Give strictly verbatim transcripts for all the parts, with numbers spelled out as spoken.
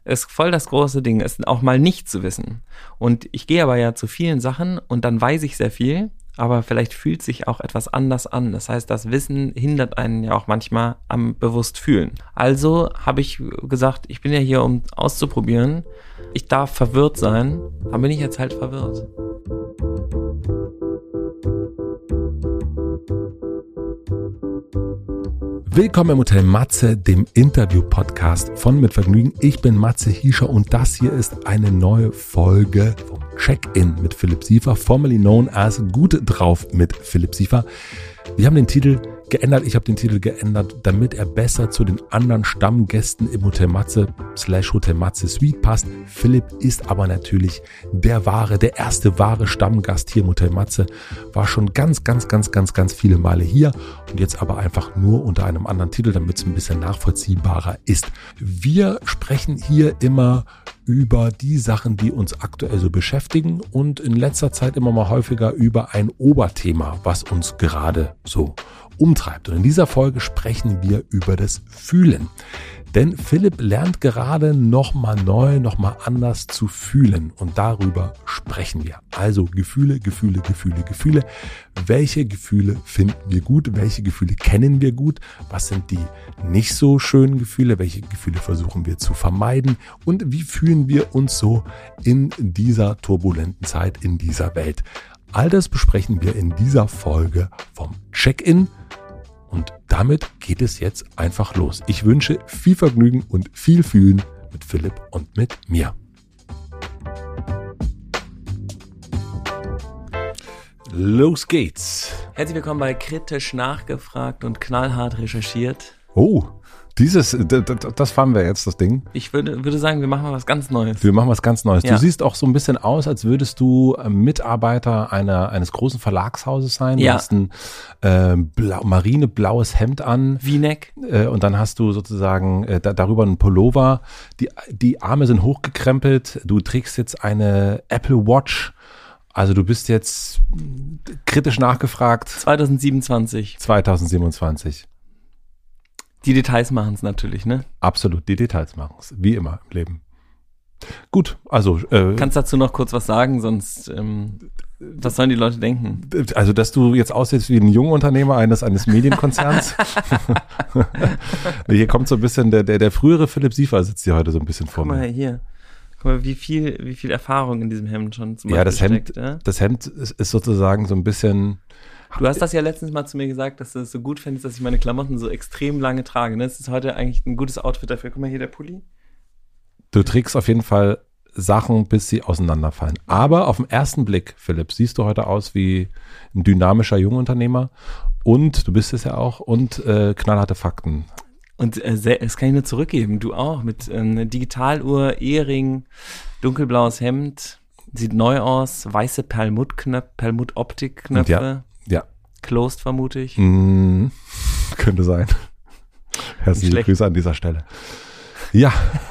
ist voll das große Ding, ist auch mal nicht zu wissen. Und ich gehe aber ja zu vielen Sachen und dann weiß ich sehr viel, aber vielleicht fühlt sich auch etwas anders an. Das heißt, das Wissen hindert einen ja auch manchmal am bewusst fühlen. Also habe ich gesagt, ich bin ja hier, um auszuprobieren. Ich darf verwirrt sein, dann bin ich jetzt halt verwirrt. Willkommen im Hotel Matze, dem Interview-Podcast von Mit Vergnügen. Ich bin Matze Hiescher und das hier ist eine neue Folge vom Check-In mit Philipp Siefer, formerly known as Gut drauf mit Philipp Siefer. Wir haben den Titel geändert, ich habe den Titel geändert, damit er besser zu den anderen Stammgästen im Hotel Matze slash Hotel Matze Suite passt. Philipp ist aber natürlich der wahre, der erste wahre Stammgast hier im Hotel Matze, war schon ganz, ganz, ganz, ganz, ganz viele Male hier und jetzt aber einfach nur unter einem anderen Titel, damit es ein bisschen nachvollziehbarer ist. Wir sprechen hier immer über die Sachen, die uns aktuell so beschäftigen und in letzter Zeit immer mal häufiger über ein Oberthema, was uns gerade so umtreibt. Und in dieser Folge sprechen wir über das Fühlen. Denn Philipp lernt gerade nochmal neu, nochmal anders zu fühlen und darüber sprechen wir. Also Gefühle, Gefühle, Gefühle, Gefühle. Welche Gefühle finden wir gut? Welche Gefühle kennen wir gut? Was sind die nicht so schönen Gefühle? Welche Gefühle versuchen wir zu vermeiden? Und wie fühlen wir uns so in dieser turbulenten Zeit, in dieser Welt? All das besprechen wir in dieser Folge vom Check-In. Und damit geht es jetzt einfach los. Ich wünsche viel Vergnügen und viel Fühlen mit Philipp und mit mir. Los geht's. Herzlich willkommen bei Kritisch nachgefragt und knallhart recherchiert. Oh, dieses, das fahren wir jetzt, das Ding. Ich würde, würde sagen, wir machen mal was ganz Neues. Wir machen was ganz Neues. Ja. Du siehst auch so ein bisschen aus, als würdest du Mitarbeiter einer, eines großen Verlagshauses sein. Ja. Du hast ein äh, blau, marineblaues Hemd an. V-Neck. Äh, und dann hast du sozusagen äh, da, darüber einen Pullover. Die, die Arme sind hochgekrempelt. Du trägst jetzt eine Apple Watch. Also du bist jetzt kritisch nachgefragt. zwanzig siebenundzwanzig. zwanzig siebenundzwanzig. Die Details machen es natürlich, ne? Absolut, die Details machen es, wie immer im Leben. Gut, also... Äh, Kannst dazu noch kurz was sagen, sonst... Ähm, was sollen die Leute denken? Also, dass du jetzt aussiehst wie ein Jungunternehmer eines, eines Medienkonzerns. Hier kommt so ein bisschen, der, der, der frühere Philipp Siefer sitzt hier heute so ein bisschen vor Guck mir. mal hier. Guck mal, wie viel, wie viel Erfahrung in diesem Hemd schon zum Ja, Beispiel das Hemd, steckt, ja? das Hemd ist, ist sozusagen so ein bisschen... Du hast das ja letztens mal zu mir gesagt, dass du es so gut findest, dass ich meine Klamotten so extrem lange trage. Ne? Das ist heute eigentlich ein gutes Outfit dafür. Guck mal hier, der Pulli. Du trägst auf jeden Fall Sachen, bis sie auseinanderfallen. Aber auf den ersten Blick, Philipp, siehst du heute aus wie ein dynamischer Jungunternehmer. Und du bist es ja auch. Und äh, knallharte Fakten. Und äh, sehr, das kann ich nur zurückgeben. Du auch. Mit ähm, Digitaluhr, Ehering, dunkelblaues Hemd. Sieht neu aus. Weiße Perlmutt-Knöpfe, Perlmutt-Optik-Knöpfe. Ja. Ja. Closed, vermute ich. Mm, könnte sein. Herzliche Grüße an dieser Stelle. Ja.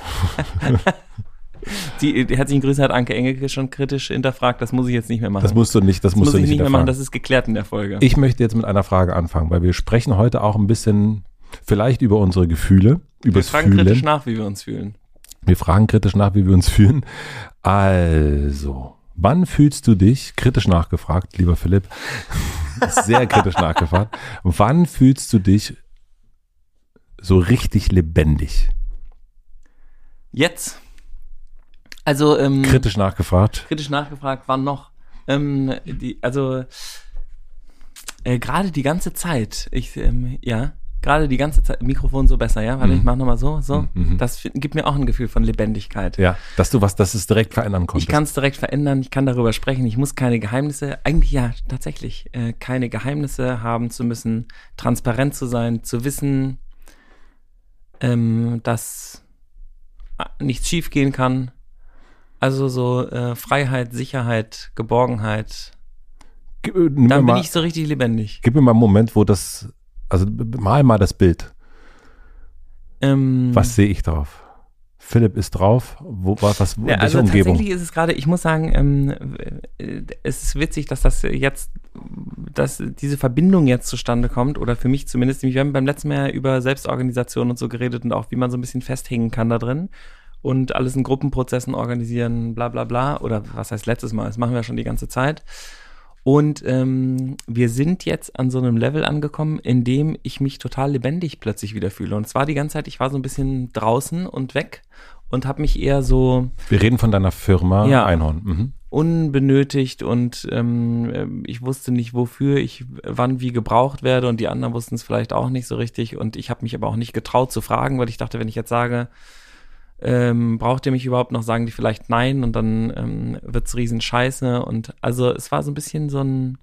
die, die herzlichen Grüße hat Anke Engelke schon kritisch hinterfragt. Das muss ich jetzt nicht mehr machen. Das musst du nicht, das, das musst muss du ich nicht, nicht mehr hinterfragen. machen. Das ist geklärt in der Folge. Ich möchte jetzt mit einer Frage anfangen, weil wir sprechen heute auch ein bisschen vielleicht über unsere Gefühle, über das Fühlen. Wir fragen kritisch nach, wie wir uns fühlen. Wir fragen kritisch nach, wie wir uns fühlen. Also... Wann fühlst du dich, kritisch nachgefragt, lieber Philipp, sehr kritisch nachgefragt, wann fühlst du dich so richtig lebendig? Jetzt. Also ähm, kritisch nachgefragt. Kritisch nachgefragt, wann noch? Ähm, die, also äh, gerade die ganze Zeit. Ich ähm, ja. Gerade die ganze Zeit, Mikrofon so besser, ja? Warte, mhm. ich mach nochmal so, so. Mhm. Das f- gibt mir auch ein Gefühl von Lebendigkeit. Ja, dass du was, dass es direkt verändern konntest. Ich kann es direkt verändern, ich kann darüber sprechen, ich muss keine Geheimnisse, eigentlich ja, tatsächlich, äh, keine Geheimnisse haben zu müssen, transparent zu sein, zu wissen, ähm, dass nichts schief gehen kann. Also so äh, Freiheit, Sicherheit, Geborgenheit. Gib, äh, Dann bin mal, ich so richtig lebendig. Gib mir mal einen Moment, wo das... Also mal mal das Bild. Ähm, was sehe ich drauf? Philipp ist drauf. Wo war was? Ja, also Umgebung? Tatsächlich ist es gerade, ich muss sagen, ähm, es ist witzig, dass das jetzt, dass diese Verbindung jetzt zustande kommt, oder für mich zumindest. Wir haben beim letzten Mal über Selbstorganisation und so geredet und auch, wie man so ein bisschen festhängen kann da drin. und alles in Gruppenprozessen organisieren, bla bla bla. Oder was heißt letztes Mal? Das machen wir schon die ganze Zeit. Und ähm, wir sind jetzt an so einem Level angekommen, in dem ich mich total lebendig plötzlich wieder fühle. Und zwar die ganze Zeit, ich war so ein bisschen draußen und weg und habe mich eher so... Wir reden von deiner Firma ja, Einhorn. Mhm. unbenötigt und ähm, ich wusste nicht, wofür ich wann wie gebraucht werde und die anderen wussten es vielleicht auch nicht so richtig und ich habe mich aber auch nicht getraut zu fragen, weil ich dachte, wenn ich jetzt sage, ähm, braucht ihr mich überhaupt noch, sagen die vielleicht nein und dann ähm, wird's riesen Scheiße und also es war so ein bisschen so ein,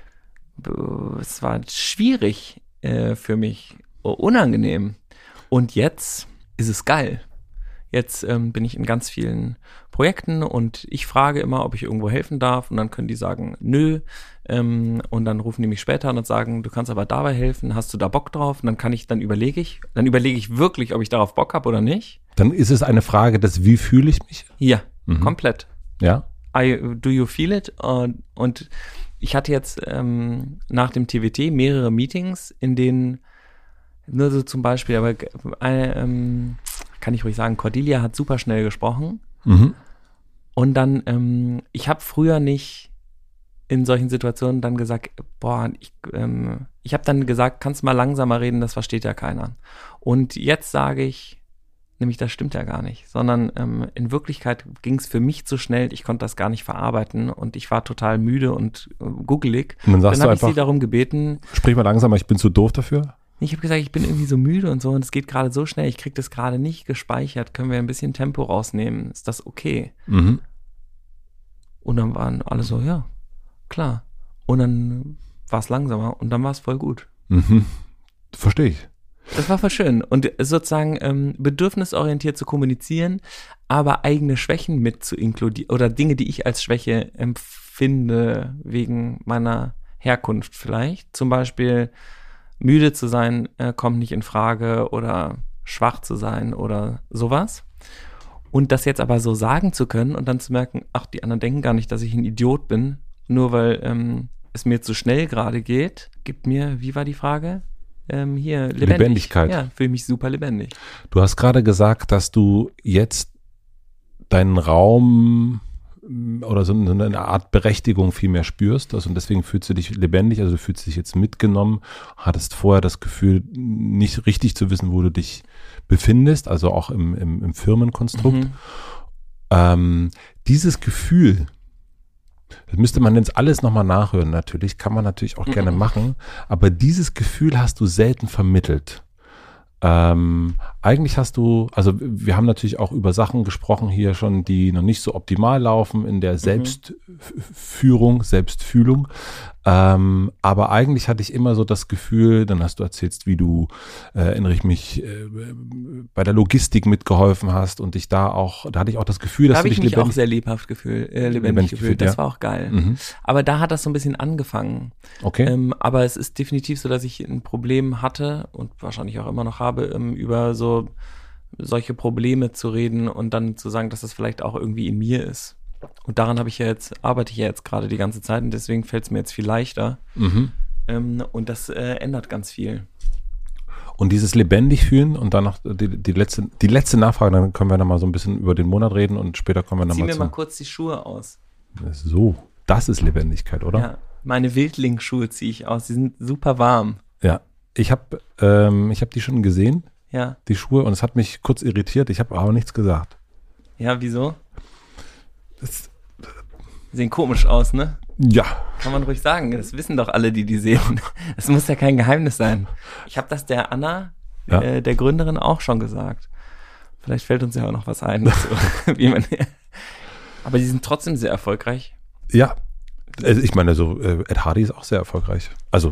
es war schwierig äh, für mich, unangenehm und jetzt ist es geil. Jetzt ähm, bin ich in ganz vielen Projekten und ich frage immer, ob ich irgendwo helfen darf und dann können die sagen, nö ähm, und dann rufen die mich später an und sagen, du kannst aber dabei helfen, hast du da Bock drauf? Und dann kann ich, dann überlege ich, dann überlege ich wirklich, ob ich darauf Bock habe oder nicht. Dann ist es eine Frage des, wie fühle ich mich? Ja, mhm. komplett. Ja. I, do you feel it? Und, und ich hatte jetzt ähm, nach dem T W T mehrere Meetings, in denen nur so zum Beispiel, aber äh, ähm, kann ich ruhig sagen, Cordelia hat super schnell gesprochen. Mhm. Und dann, ähm, ich habe früher nicht in solchen Situationen dann gesagt, boah, ich, ähm, ich habe dann gesagt, kannst mal langsamer reden, das versteht ja keiner. Und jetzt sage ich, nämlich das stimmt ja gar nicht, sondern ähm, in Wirklichkeit ging es für mich zu schnell, ich konnte das gar nicht verarbeiten und ich war total müde und äh, guggelig. Und dann sagst dann du habe ich einfach, sie darum gebeten. Sprich mal langsamer, ich bin zu doof dafür. Ich habe gesagt, ich bin irgendwie so müde und so und es geht gerade so schnell, ich kriege das gerade nicht gespeichert, können wir ein bisschen Tempo rausnehmen, ist das okay? Mhm. Und dann waren alle so, ja, klar. Und dann war es langsamer und dann war es voll gut. Mhm. Verstehe ich. Das war voll schön und sozusagen ähm, bedürfnisorientiert zu kommunizieren, aber eigene Schwächen mit zu inkludieren oder Dinge, die ich als Schwäche empfinde wegen meiner Herkunft vielleicht, zum Beispiel müde zu sein, äh, kommt nicht in Frage oder schwach zu sein oder sowas. Und das jetzt aber so sagen zu können und dann zu merken, ach, die anderen denken gar nicht, dass ich ein Idiot bin, nur weil ähm, es mir zu schnell gerade geht, gibt mir, wie war die Frage? Ähm, hier, lebendig. Lebendigkeit. Ja, fühle mich super lebendig. Du hast gerade gesagt, dass du jetzt deinen Raum oder so eine Art Berechtigung viel mehr spürst, also und deswegen fühlst du dich lebendig, also du fühlst dich jetzt mitgenommen, hattest vorher das Gefühl, nicht richtig zu wissen, wo du dich befindest, also auch im, im, im Firmenkonstrukt. Mhm. Ähm, dieses Gefühl, das müsste man jetzt alles nochmal nachhören natürlich, kann man natürlich auch mhm. gerne machen, aber dieses Gefühl hast du selten vermittelt. Ähm, eigentlich hast du, also wir haben natürlich auch über Sachen gesprochen hier schon, die noch nicht so optimal laufen in der Selbstführung, Selbstfühlung. Ähm, aber eigentlich hatte ich immer so das Gefühl, dann hast du erzählt, wie du äh, erinnere ich mich äh, bei der Logistik mitgeholfen hast und dich da auch, da hatte ich auch das Gefühl, dass da du dich lebendig. Da habe ich mich lebendig, auch sehr lebhaft gefühlt, äh, lebendig, lebendig gefühlt. gefühlt. Das ja. war auch geil. Mhm. Aber da hat das so ein bisschen angefangen. Okay. Ähm, aber es ist definitiv so, dass ich ein Problem hatte und wahrscheinlich auch immer noch habe, ähm, über so solche Probleme zu reden und dann zu sagen, dass das vielleicht auch irgendwie in mir ist. Und daran habe ich ja jetzt, arbeite ich ja jetzt gerade die ganze Zeit und deswegen fällt es mir jetzt viel leichter. Mhm. Ähm, und das äh, ändert ganz viel. Und dieses lebendig fühlen und dann noch die, die, letzte, die letzte Nachfrage, dann können wir noch mal so ein bisschen über den Monat reden und später kommen wir noch Zieh mal mir zu. mal kurz die Schuhe aus. So, das ist Lebendigkeit, oder? Ja, meine Wildlingsschuhe ziehe ich aus, die sind super warm. Ja, ich habe ähm, ich hab die schon gesehen, ja. die Schuhe, und es hat mich kurz irritiert, ich habe aber nichts gesagt. Ja, wieso? Das sehen komisch aus, ne? Ja. Kann man ruhig sagen, das wissen doch alle, die die sehen. Das muss ja kein Geheimnis sein. Ich habe das der Anna, ja. äh, der Gründerin, auch schon gesagt. Vielleicht fällt uns ja auch noch was ein dazu. Wie man, aber die sind trotzdem sehr erfolgreich. Ja, also ich meine, so äh, Ed Hardy ist auch sehr erfolgreich. Also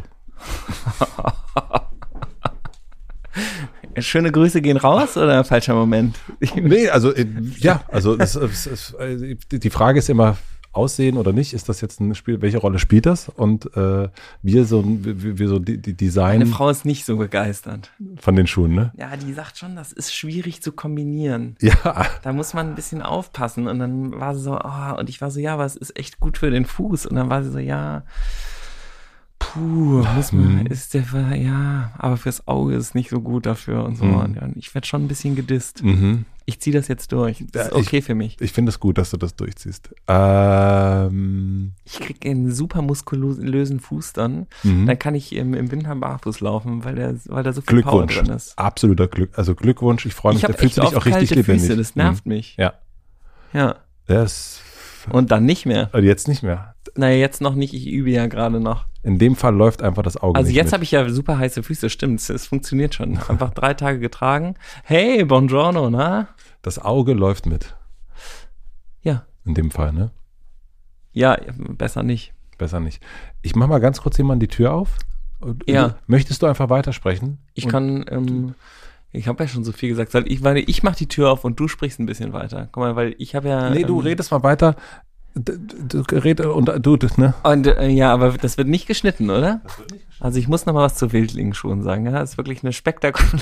schöne Grüße gehen raus oder falscher Moment? Nee, also äh, ja, also es, es, es, äh, die Frage ist immer, Aussehen oder nicht, ist das jetzt ein Spiel, welche Rolle spielt das? Und äh, wir so, wir, wir so die, die Design. Meine Frau ist nicht so begeistert. Von den Schuhen, ne? Ja, die sagt schon, das ist schwierig zu kombinieren. Ja. Da muss man ein bisschen aufpassen. Und dann war sie so, oh, und ich war so, ja, aber es ist echt gut für den Fuß. Und dann war sie so, ja, puh, muss man, ist der, ja, aber fürs Auge ist es nicht so gut dafür und so. Mhm. Und ich werde schon ein bisschen gedisst. Mhm. Ich ziehe das jetzt durch. Das ist Ja, okay ich, für mich. Ich finde es gut, dass du das durchziehst. Ähm, Ich kriege einen super muskulösen Fuß dann. mhm. Dann kann ich im, im Winter barfuß laufen, weil, der, weil da so viel Power Glückwunsch. drin ist. Absoluter Glück. Also Glückwunsch. Ich freue mich, Ich da habe fühlst echt du dich oft auch richtig kalte lebendig. Füße, das nervt Mhm. mich. Ja. Ja. Das, Und dann nicht mehr. also jetzt nicht mehr. Naja, jetzt noch nicht. Ich übe ja gerade noch. In dem Fall läuft einfach das Auge Also nicht jetzt mit. habe ich ja super heiße Füße, stimmt. Es, es funktioniert schon. Einfach drei Tage getragen. Hey, buongiorno, na? Das Auge läuft mit. Ja. In dem Fall, ne? Ja, besser nicht. Besser nicht. Ich mach mal ganz kurz jemand die Tür auf. Ja. Möchtest du einfach weitersprechen? Ich Und- kann, ähm, ich habe ja schon so viel gesagt. Soll Ich, weil ich mach die Tür auf und du sprichst ein bisschen weiter. Guck mal, weil ich habe ja. Nee, du ähm, redest mal weiter. Du, du, du red und du, du, ne? Und, äh, ja, aber das wird nicht geschnitten, oder? Das wird nicht geschnitten. Also ich muss noch mal was zu Wildlingsschuhen sagen. Ja, das ist wirklich eine spektakuläre.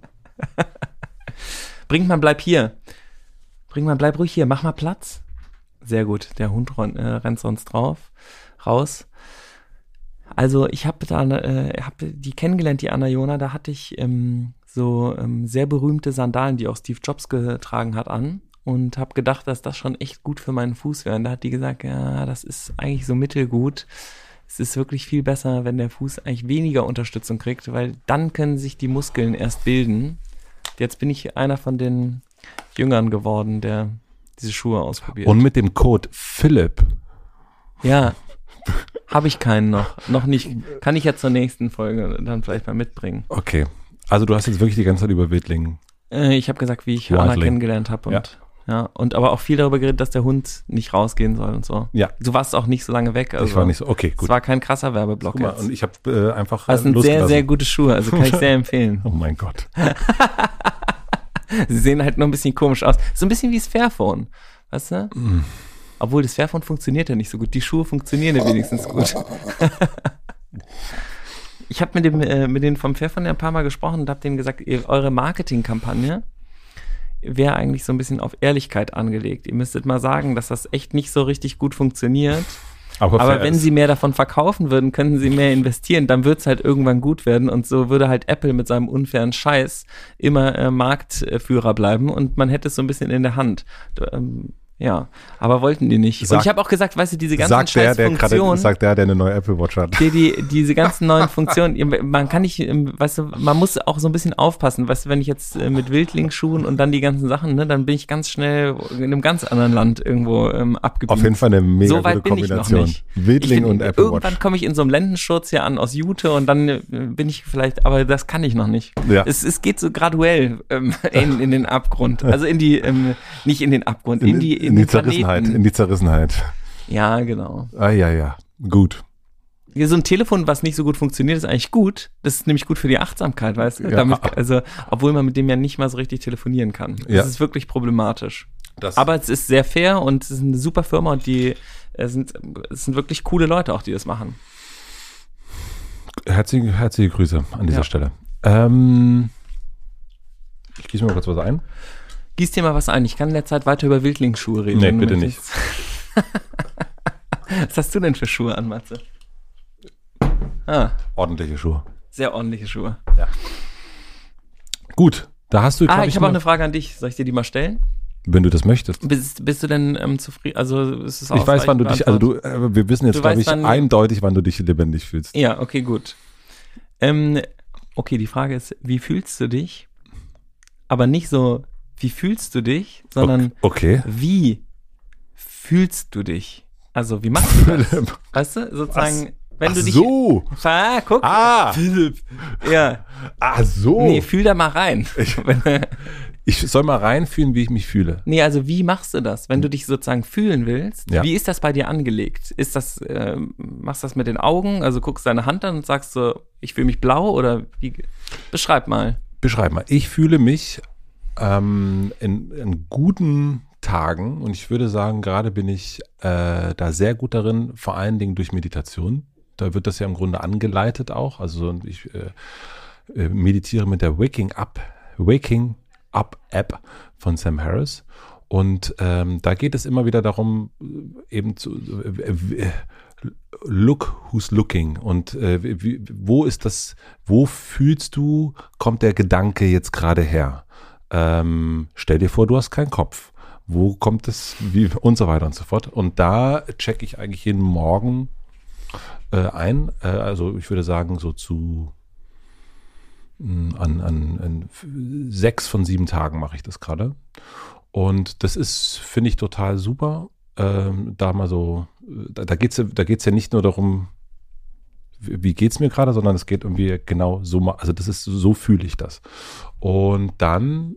Brinkmann, bleib hier. Brinkmann, bleib ruhig hier. Mach mal Platz. Sehr gut. Der Hund ron, äh, rennt sonst drauf, raus. Also ich habe da, äh, habe die kennengelernt, die Anna Jona. Da hatte ich ähm, so ähm, sehr berühmte Sandalen, die auch Steve Jobs getragen hat, an. Und habe gedacht, dass das schon echt gut für meinen Fuß wäre. Und da hat die gesagt, ja, das ist eigentlich so mittelgut. Es ist wirklich viel besser, wenn der Fuß eigentlich weniger Unterstützung kriegt, weil dann können sich die Muskeln erst bilden. Jetzt bin ich einer von den Jüngern geworden, der diese Schuhe ausprobiert. Und mit dem Code Philipp. Ja, habe ich keinen noch. Noch nicht. Kann ich ja zur nächsten Folge dann vielleicht mal mitbringen. Okay. Also du hast jetzt wirklich die ganze Zeit über Wildlingen. Äh, ich habe gesagt, wie ich Anna Wildling. kennengelernt habe. Und Ja. ja, und aber auch viel darüber geredet, dass der Hund nicht rausgehen soll und so. Ja. Du warst auch nicht so lange weg. Also Ich war nicht so, okay, es gut. war kein krasser Werbeblock Guck mal, jetzt. und ich habe äh, einfach Das sind sehr, losgelassen. sehr gute Schuhe, also kann ich sehr empfehlen. Oh mein Gott. Sie sehen halt nur ein bisschen komisch aus. So ein bisschen wie das Fairphone, weißt du? Mm. Obwohl das Fairphone funktioniert ja nicht so gut. Die Schuhe funktionieren ja wenigstens gut. Ich habe mit dem äh, mit denen vom Fairphone ja ein paar Mal gesprochen und habe denen gesagt, ihr, eure Marketingkampagne wäre eigentlich so ein bisschen auf Ehrlichkeit angelegt. Ihr müsstet mal sagen, dass das echt nicht so richtig gut funktioniert. Aber, Aber fair wenn ist. sie mehr davon verkaufen würden, könnten sie mehr investieren, dann wird's halt irgendwann gut werden und so würde halt Apple mit seinem unfairen Scheiß immer äh, Marktführer bleiben und man hätte es so ein bisschen in der Hand. Ähm, ja, aber wollten die nicht. Sag- und ich habe auch gesagt, weißt du, diese ganzen sagt der, scheiß der gerade Funktionen, sagt der, der eine neue Apple Watch hat. die, die, diese ganzen neuen Funktionen, ihr- man kann nicht, ähm, weißt du, man muss auch so ein bisschen aufpassen, weißt du, wenn ich jetzt äh, mit Wildlingsschuhen und dann die ganzen Sachen, ne, dann bin ich ganz schnell in einem ganz anderen Land irgendwo ähm, abgebiegt. Auf jeden Fall eine mega So weit gute bin ich noch Kombination. nicht. Wildling Ich bin- und Apple Irgendwann Watch. komme ich in so einem Lendenschurz hier an aus Jute und dann äh, bin ich vielleicht, aber das kann ich noch nicht. Ja. Es, es geht so graduell ähm, in, in den Abgrund. Also in die, ähm, nicht in den Abgrund, in, die, in, in die den Zerrissenheit. Planeten. In die Zerrissenheit. Ja, genau. Ah ja, ja. Gut. Ja, so ein Telefon, was nicht so gut funktioniert, ist eigentlich gut. Das ist nämlich gut für die Achtsamkeit, weißt du? Ja. Damit, also, obwohl man mit dem ja nicht mal so richtig telefonieren kann. Das Ja. ist wirklich problematisch. Das Aber es ist sehr fair und es ist eine super Firma und die äh, sind, es sind wirklich coole Leute auch, die das machen. herzliche, herzliche Grüße an dieser Ja. Stelle. Ähm, ich gieße mir mal kurz was ein. Gieß dir mal was ein. Ich kann in der Zeit weiter über Wildlingsschuhe reden. Nee, wenn du bitte möchtest. Was hast du denn für Schuhe an, Matze? Ah, Ordentliche Schuhe. sehr ordentliche Schuhe. Gut, da hast du, Ah, glaub ich habe auch mal- eine Frage an dich. Soll ich dir die mal stellen? wenn du das möchtest. Bist, bist du denn ähm, zufrieden? Also ist es Ich weiß, wann du ausreichend dich, also du, beantwortet? äh, wir wissen jetzt, Du glaube weißt, ich, wann- eindeutig, wann du dich lebendig fühlst. Ja, okay, gut. Ähm, okay, die Frage ist, wie fühlst du dich? Aber nicht so, wie fühlst du dich, sondern Okay. wie fühlst du dich? Also, wie machst du das? Philipp. Weißt du, sozusagen, wenn Ach du dich... so. Ah, guck. Ah. Philipp. Ja. Ach so. Nee, fühl da mal rein. Wenn- Ich soll mal reinfühlen, wie ich mich fühle. nee, also wie machst du das? Wenn du dich sozusagen fühlen willst, Ja. wie ist das bei dir angelegt? Ist das, äh, machst du das mit den Augen? Also guckst deine Hand an und sagst so, ich fühle mich blau oder wie? Beschreib mal. Beschreib mal. Ich fühle mich ähm, in, in guten Tagen und ich würde sagen, gerade bin ich äh, da sehr gut darin, vor allen Dingen durch Meditation. Da wird das ja im Grunde angeleitet auch. Also ich äh, äh, meditiere mit der Waking Up, Waking Up App von Sam Harris. Und ähm, da geht es immer wieder darum, äh, eben zu äh, äh, look who's looking und äh, wie, wo ist das, wo fühlst du, kommt der Gedanke jetzt gerade her? ähm, stell dir vor, du hast keinen Kopf. Wo kommt es, wie und so weiter und so fort. Und da checke ich eigentlich jeden Morgen äh, ein. Äh, also ich würde sagen, so zu mh, an, an, an sechs von sieben Tagen mache ich das gerade. Und das ist, finde ich, total super. Ähm, da mal so, da, da geht es da geht's ja nicht nur darum, wie, wie geht es mir gerade, sondern es geht irgendwie genau so, also das ist, so fühle ich das. Und dann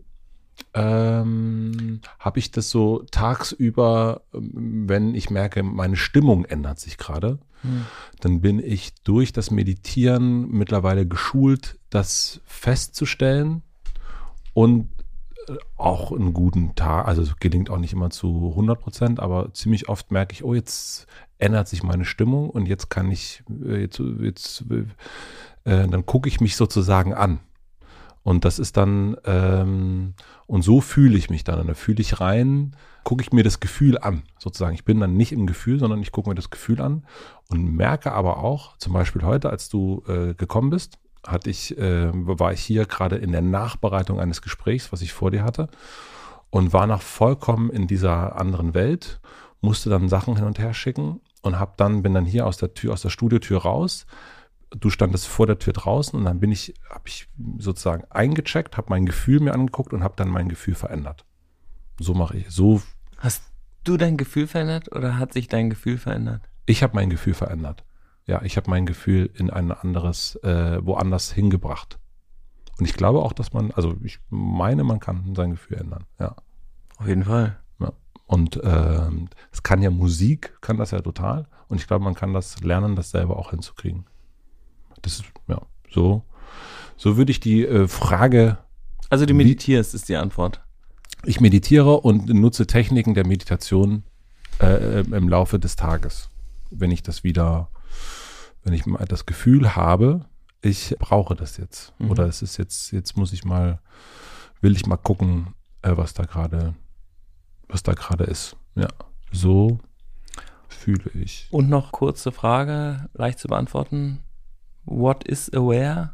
ähm, habe ich das so tagsüber, wenn ich merke, meine Stimmung ändert sich gerade, hm. dann bin ich durch das Meditieren mittlerweile geschult, das festzustellen und auch einen guten Tag, also es gelingt auch nicht immer zu hundert Prozent, aber ziemlich oft merke ich, oh, jetzt ändert sich meine Stimmung und jetzt kann ich, jetzt, jetzt äh, dann gucke ich mich sozusagen an. Und das ist dann, ähm, und so fühle ich mich dann. Und da fühle ich rein, gucke ich mir das Gefühl an, sozusagen. Ich bin dann nicht im Gefühl, sondern ich gucke mir das Gefühl an und merke aber auch, zum Beispiel heute, als du äh, gekommen bist, hatte ich, äh, war ich hier gerade in der Nachbereitung eines Gesprächs, was ich vor dir hatte, und war noch vollkommen in dieser anderen Welt, musste dann Sachen hin und her schicken und hab dann, bin dann hier aus der Tür, aus der Studiotür raus. Du standest vor der Tür draußen und dann bin ich, habe ich sozusagen eingecheckt, habe mein Gefühl mir angeguckt und habe dann mein Gefühl verändert. So mache ich. So. Hast du dein Gefühl verändert oder hat sich dein Gefühl verändert? Ich habe mein Gefühl verändert. Ja, ich habe mein Gefühl in ein anderes, äh, woanders hingebracht. Und ich glaube auch, dass man, also ich meine, man kann sein Gefühl ändern. Ja. Auf jeden Fall. Ja. Und ähm, es kann ja Musik, kann das ja total. Und ich glaube, man kann das lernen, das selber auch hinzukriegen. Das ist, ja, so, so würde ich die äh, Frage. Also du meditierst, wie, ist die Antwort. Ich meditiere und nutze Techniken der Meditation äh, im Laufe des Tages. Wenn ich das wieder, wenn ich mal das Gefühl habe, ich brauche das jetzt. Mhm. Oder es ist jetzt, jetzt muss ich mal, will ich mal gucken, äh, was da gerade, was da gerade ist. Ja, so fühle ich. Und noch kurze Frage, leicht zu beantworten. What is aware?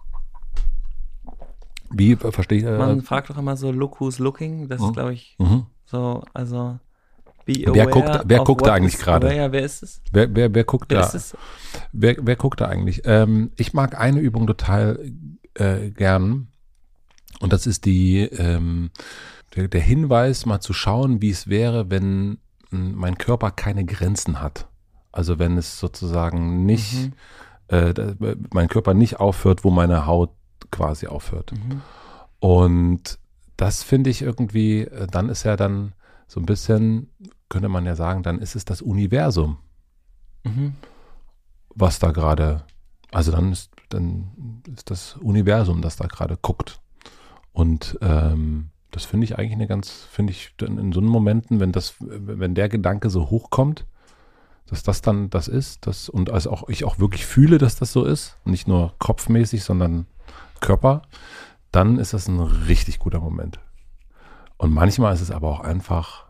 Wie, verstehe ich? Äh, Man fragt doch immer so, look who's looking. Das mhm. ist, glaube ich, mhm. so, also be aware. Wer guckt, wer guckt da eigentlich gerade? Wer ist es? Wer, wer, wer guckt wer da? Ist es? Wer, wer guckt da eigentlich? Ähm, ich mag eine Übung total äh, gern. Und das ist die, ähm, der, der Hinweis, mal zu schauen, wie es wäre, wenn m, mein Körper keine Grenzen hat. Also wenn es sozusagen nicht... Mhm. Äh, mein Körper nicht aufhört, wo meine Haut quasi aufhört. Mhm. Und das finde ich irgendwie, dann ist ja dann so ein bisschen, könnte man ja sagen, dann ist es das Universum, mhm. was da gerade, also dann ist, dann ist das Universum, das da gerade guckt. Und ähm, das finde ich eigentlich eine ganz, finde ich dann in so einen Momenten, wenn das, wenn der Gedanke so hochkommt, dass das dann das ist, das, und also auch ich auch wirklich fühle, dass das so ist, nicht nur kopfmäßig, sondern Körper, dann ist das ein richtig guter Moment. Und manchmal ist es aber auch einfach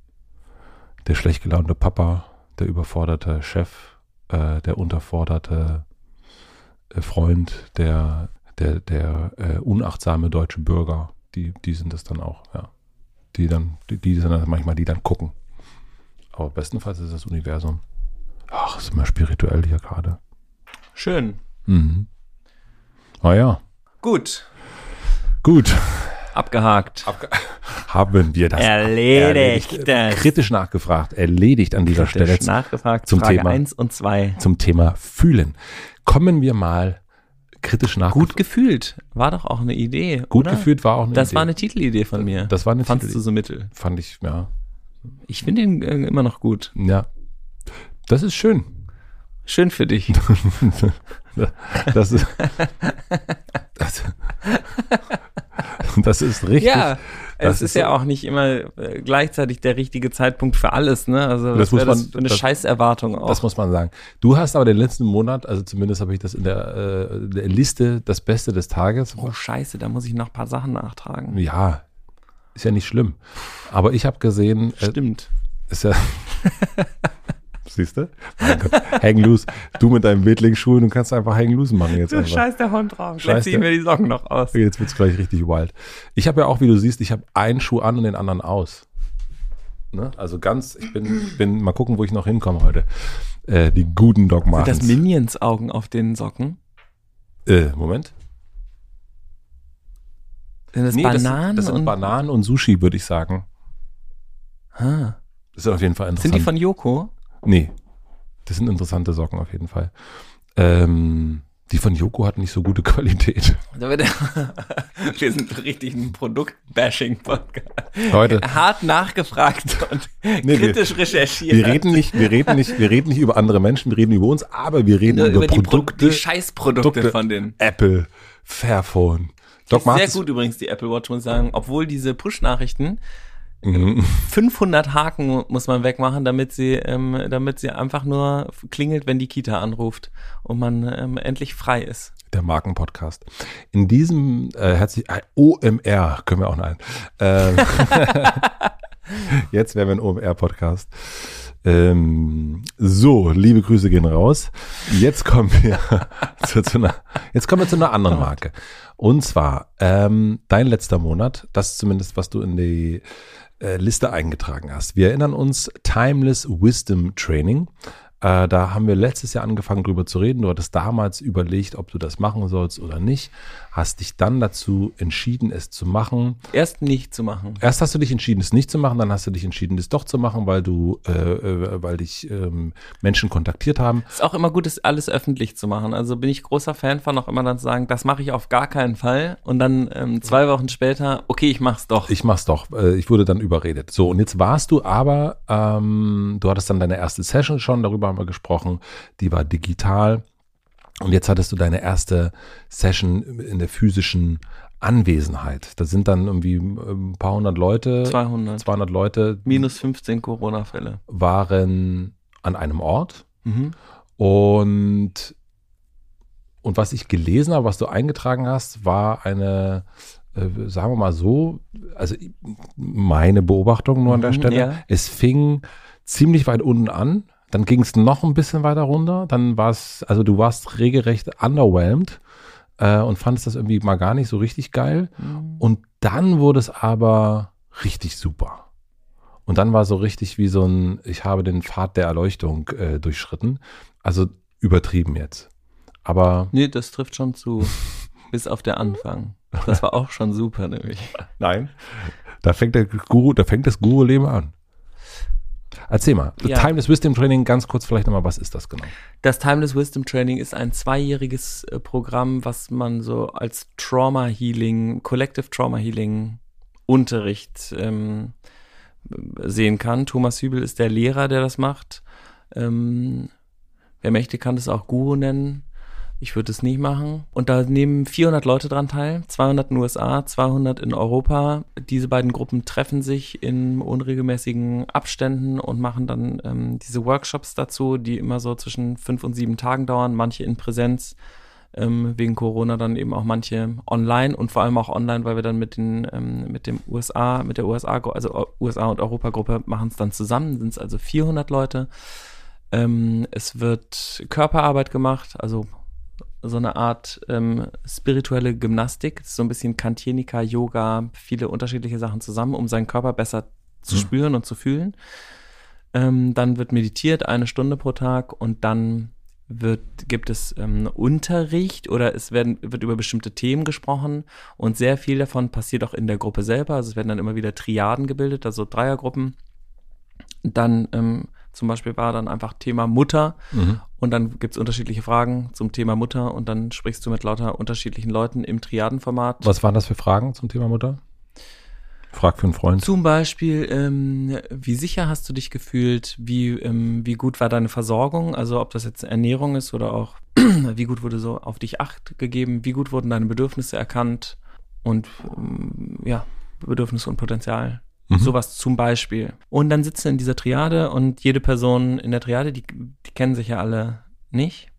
der schlecht gelaunte Papa, der überforderte Chef, äh, der unterforderte äh, Freund, der, der, der äh, unachtsame deutsche Bürger, die, die sind es dann auch, ja. Die dann, die, die sind dann manchmal, die dann gucken. Aber bestenfalls ist das Universum. Ach, ist immer spirituell hier gerade. Schön. Mhm. Ah ja. Gut. Gut. Abgehakt. Abge- haben wir das erledigt. erledigt. Das. Kritisch nachgefragt. Erledigt an dieser Kritisch Stelle. nachgefragt. Zum Frage Thema eins und zwei. Zum Thema Fühlen. Kommen wir mal kritisch nachgefragt. Gut gefühlt. War doch auch eine Idee. Gut oder? gefühlt war auch eine das Idee. Das war eine Titelidee von mir. Das war eine Fandst Titelidee. du so mittel? Fand ich, ja. Ich finde ihn äh, immer noch gut. Ja. Das ist schön. Schön für dich. das ist das, das ist richtig. Ja, es ist, ist ja so, auch nicht immer äh, gleichzeitig der richtige Zeitpunkt für alles, ne? Also das, das muss man, das eine das, Scheißerwartung auch. Das muss man sagen. Du hast aber den letzten Monat, also zumindest habe ich das in der, äh, der Liste, das Beste des Tages. Oh Scheiße, da muss ich noch ein paar Sachen nachtragen. Ja, ist ja nicht schlimm. Aber ich habe gesehen. Stimmt. Äh, ist ja Siehst du? Mein Gott, hang loose. Du mit deinen Wildlingsschuhen, du kannst einfach hang loose machen jetzt Du einfach. scheiß der Hund drauf. Scheiß Jetzt ziehen der- wir die Socken noch aus. Jetzt wird's gleich richtig wild. Ich habe ja auch, wie du siehst, ich habe einen Schuh an und den anderen aus. Ne? Also ganz, ich bin, bin, mal gucken, wo ich noch hinkomme heute. Äh, die guten Doc Sind Martens. das Minions-Augen auf den Socken? Äh, Moment. Sind das Nee, Bananen das, das sind und... Bananen und Sushi, würde ich sagen. Ah. Das ist auf jeden Fall interessant. Sind die von Yoko? Nee, das sind interessante Socken auf jeden Fall. Ähm, die von Yoko hatten nicht so gute Qualität. Da wird wir sind richtig ein Produkt-Bashing-Podcast. Leute, Hart nachgefragt und Nee, kritisch recherchiert. wir reden nicht, wir reden nicht, wir reden nicht über andere Menschen, wir reden über uns, aber wir reden Nur über, über die, Pro Produkte, die Scheißprodukte Produkte. von denen. Apple, Fairphone. Doc Ist sehr Martens. gut übrigens, die Apple Watch, muss ich sagen. Obwohl diese Push-Nachrichten, Mhm. fünfhundert Haken muss man wegmachen, damit sie, ähm, damit sie einfach nur klingelt, wenn die Kita anruft und man ähm, endlich frei ist. Der Markenpodcast. In diesem äh, herzlich äh, O M R können wir auch nein. Ähm, jetzt wären wir ein O M R-Podcast. Ähm, so, liebe Grüße gehen raus. Jetzt kommen wir zu, zu einer, jetzt kommen wir zu einer anderen Marke. Und zwar ähm, dein letzter Monat, das zumindest, was du in die äh, Liste eingetragen hast. Wir erinnern uns, Timeless Wisdom Training. Äh, da haben wir letztes Jahr angefangen drüber zu reden. Du hattest damals überlegt, ob du das machen sollst oder nicht. Hast dich dann dazu entschieden, es zu machen. Erst nicht zu machen. Erst hast du dich entschieden, es nicht zu machen, dann hast du dich entschieden, es doch zu machen, weil du, äh, äh, weil dich ähm, Menschen kontaktiert haben. Ist auch immer gut, das alles öffentlich zu machen. Also bin ich großer Fan von, auch immer dann zu sagen, das mache ich auf gar keinen Fall. Und dann ähm, zwei Wochen später, okay, ich mach's doch. Ich mach's doch. Äh, ich wurde dann überredet. So, und jetzt warst du aber, ähm, du hattest dann deine erste Session schon, darüber haben wir gesprochen, die war digital. Und jetzt hattest du deine erste Session in der physischen Anwesenheit. Da sind dann irgendwie ein paar hundert Leute, zweihundert. zweihundert Leute Minus fünfzehn Corona-Fälle. waren an einem Ort. Mhm. Und, und was ich gelesen habe, was du eingetragen hast, war eine, äh, sagen wir mal so, also meine Beobachtung nur an der Mhm, Stelle. ja. Es fing ziemlich weit unten an, dann ging es noch ein bisschen weiter runter, dann war es, also du warst regelrecht underwhelmed äh, und fandest das irgendwie mal gar nicht so richtig geil. Mhm. Und dann wurde es aber richtig super. Und dann war so richtig wie so ein, ich habe den Pfad der Erleuchtung äh, durchschritten. Also übertrieben jetzt. Aber Nee, das trifft schon zu. Bis auf der Anfang. Das war auch schon super, nämlich. nein, da fängt der Guru, da fängt das Guru-Leben an. Erzähl mal, Ja. Timeless Wisdom Training, ganz kurz vielleicht nochmal, was ist das genau? Das Timeless Wisdom Training ist ein zweijähriges äh, Programm, was man so als Trauma Healing, Collective Trauma Healing Unterricht ähm, sehen kann. Thomas Hübel ist der Lehrer, der das macht. Ähm, wer möchte, kann das auch Guru nennen. Ich würde es nicht machen. Und da nehmen vierhundert Leute dran teil, zweihundert in den U S A, zweihundert in Europa. Diese beiden Gruppen treffen sich in unregelmäßigen Abständen und machen dann ähm, diese Workshops dazu, die immer so zwischen fünf und sieben Tagen dauern, manche in Präsenz, ähm, wegen Corona dann eben auch manche online und vor allem auch online, weil wir dann mit den ähm, mit dem U S A, mit der U S A, also U S A und Europa-Gruppe machen es dann zusammen, sind es also vierhundert Leute. Ähm, es wird Körperarbeit gemacht, also so eine Art ähm, spirituelle Gymnastik, so ein bisschen Kantienika, Yoga, viele unterschiedliche Sachen zusammen, um seinen Körper besser zu Mhm. spüren und zu fühlen. Ähm, dann wird meditiert, eine Stunde pro Tag und dann wird, gibt es ähm, Unterricht oder es werden, wird über bestimmte Themen gesprochen und sehr viel davon passiert auch in der Gruppe selber. Also es werden dann immer wieder Triaden gebildet, also Dreiergruppen. Dann ähm, zum Beispiel war dann einfach Thema Mutter Mhm. und dann gibt es unterschiedliche Fragen zum Thema Mutter und dann sprichst du mit lauter unterschiedlichen Leuten im Triadenformat. Was waren das für Fragen zum Thema Mutter? Frag für einen Freund. Zum Beispiel, ähm, wie sicher hast du dich gefühlt? Wie, ähm, wie gut war deine Versorgung? Also ob das jetzt Ernährung ist oder auch, wie gut wurde so auf dich Acht gegeben? Wie gut wurden deine Bedürfnisse erkannt? Und ähm, ja, Bedürfnisse und Potenzial. Mhm. Sowas zum Beispiel. Und dann sitzen in dieser Triade und jede Person in der Triade, die, die kennen sich ja alle nicht,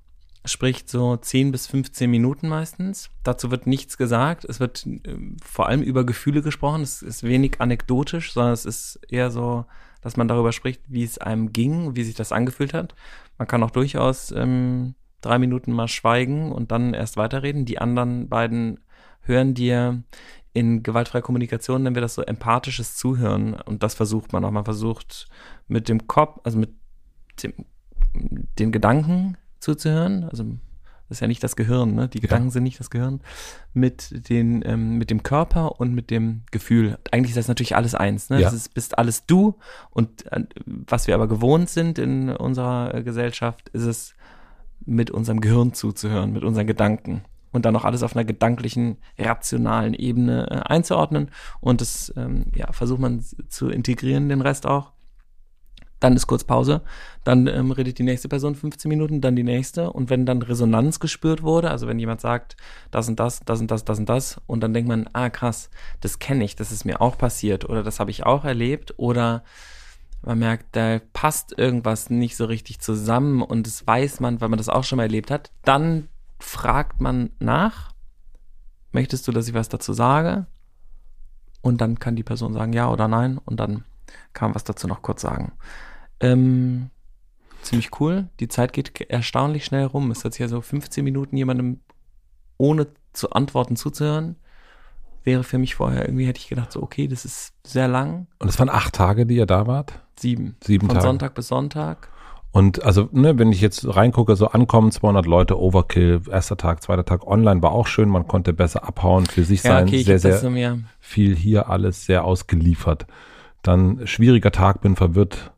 spricht so zehn bis fünfzehn Minuten meistens. Dazu wird nichts gesagt. Es wird äh, vor allem über Gefühle gesprochen. Es ist wenig anekdotisch, sondern es ist eher so, dass man darüber spricht, wie es einem ging, wie sich das angefühlt hat. Man kann auch durchaus ähm, drei Minuten mal schweigen und dann erst weiterreden. Die anderen beiden hören dir in gewaltfreier Kommunikation, nennen wir das so empathisches Zuhören. Und das versucht man auch. Man versucht mit dem Kopf, also mit dem, den Gedanken zuzuhören. Also das ist ja nicht das Gehirn, ne? Die Gedanken ja. sind nicht das Gehirn. Mit, den, ähm, mit dem Körper und mit dem Gefühl. Eigentlich ist das natürlich alles eins. Ne? Ja. Das ist, bist alles du. Und äh, was wir aber gewohnt sind in unserer äh, Gesellschaft, ist es, mit unserem Gehirn zuzuhören, mit unseren Gedanken. Und dann auch alles auf einer gedanklichen, rationalen Ebene äh, einzuordnen. Und das ähm, ja, versucht man zu integrieren, den Rest auch. Dann ist kurz Pause, dann ähm, redet die nächste Person fünfzehn Minuten, dann die nächste. Und wenn dann Resonanz gespürt wurde, also wenn jemand sagt, das und das, das und das, das und das, und dann denkt man, ah krass, das kenne ich, das ist mir auch passiert oder das habe ich auch erlebt, oder man merkt, da passt irgendwas nicht so richtig zusammen und das weiß man, weil man das auch schon mal erlebt hat, dann fragt man nach, möchtest du, dass ich was dazu sage? Und dann kann die Person sagen ja oder nein und dann kann man was dazu noch kurz sagen. Ähm, ziemlich cool. Die Zeit geht erstaunlich schnell rum. Es ist jetzt ja so fünfzehn Minuten jemandem ohne zu antworten zuzuhören. Wäre für mich vorher, irgendwie hätte ich gedacht, so okay, das ist sehr lang. Und es waren acht Tage, die ihr da wart? Sieben. Sieben Von Tage. Sonntag bis Sonntag. Und also, ne, wenn ich jetzt reingucke, so ankommen, zweihundert Leute, Overkill, erster Tag, zweiter Tag, online war auch schön, man konnte besser abhauen, für sich ja, sein, okay, sehr, sehr so mehr. viel hier, alles sehr ausgeliefert. Dann schwieriger Tag, bin verwirrt.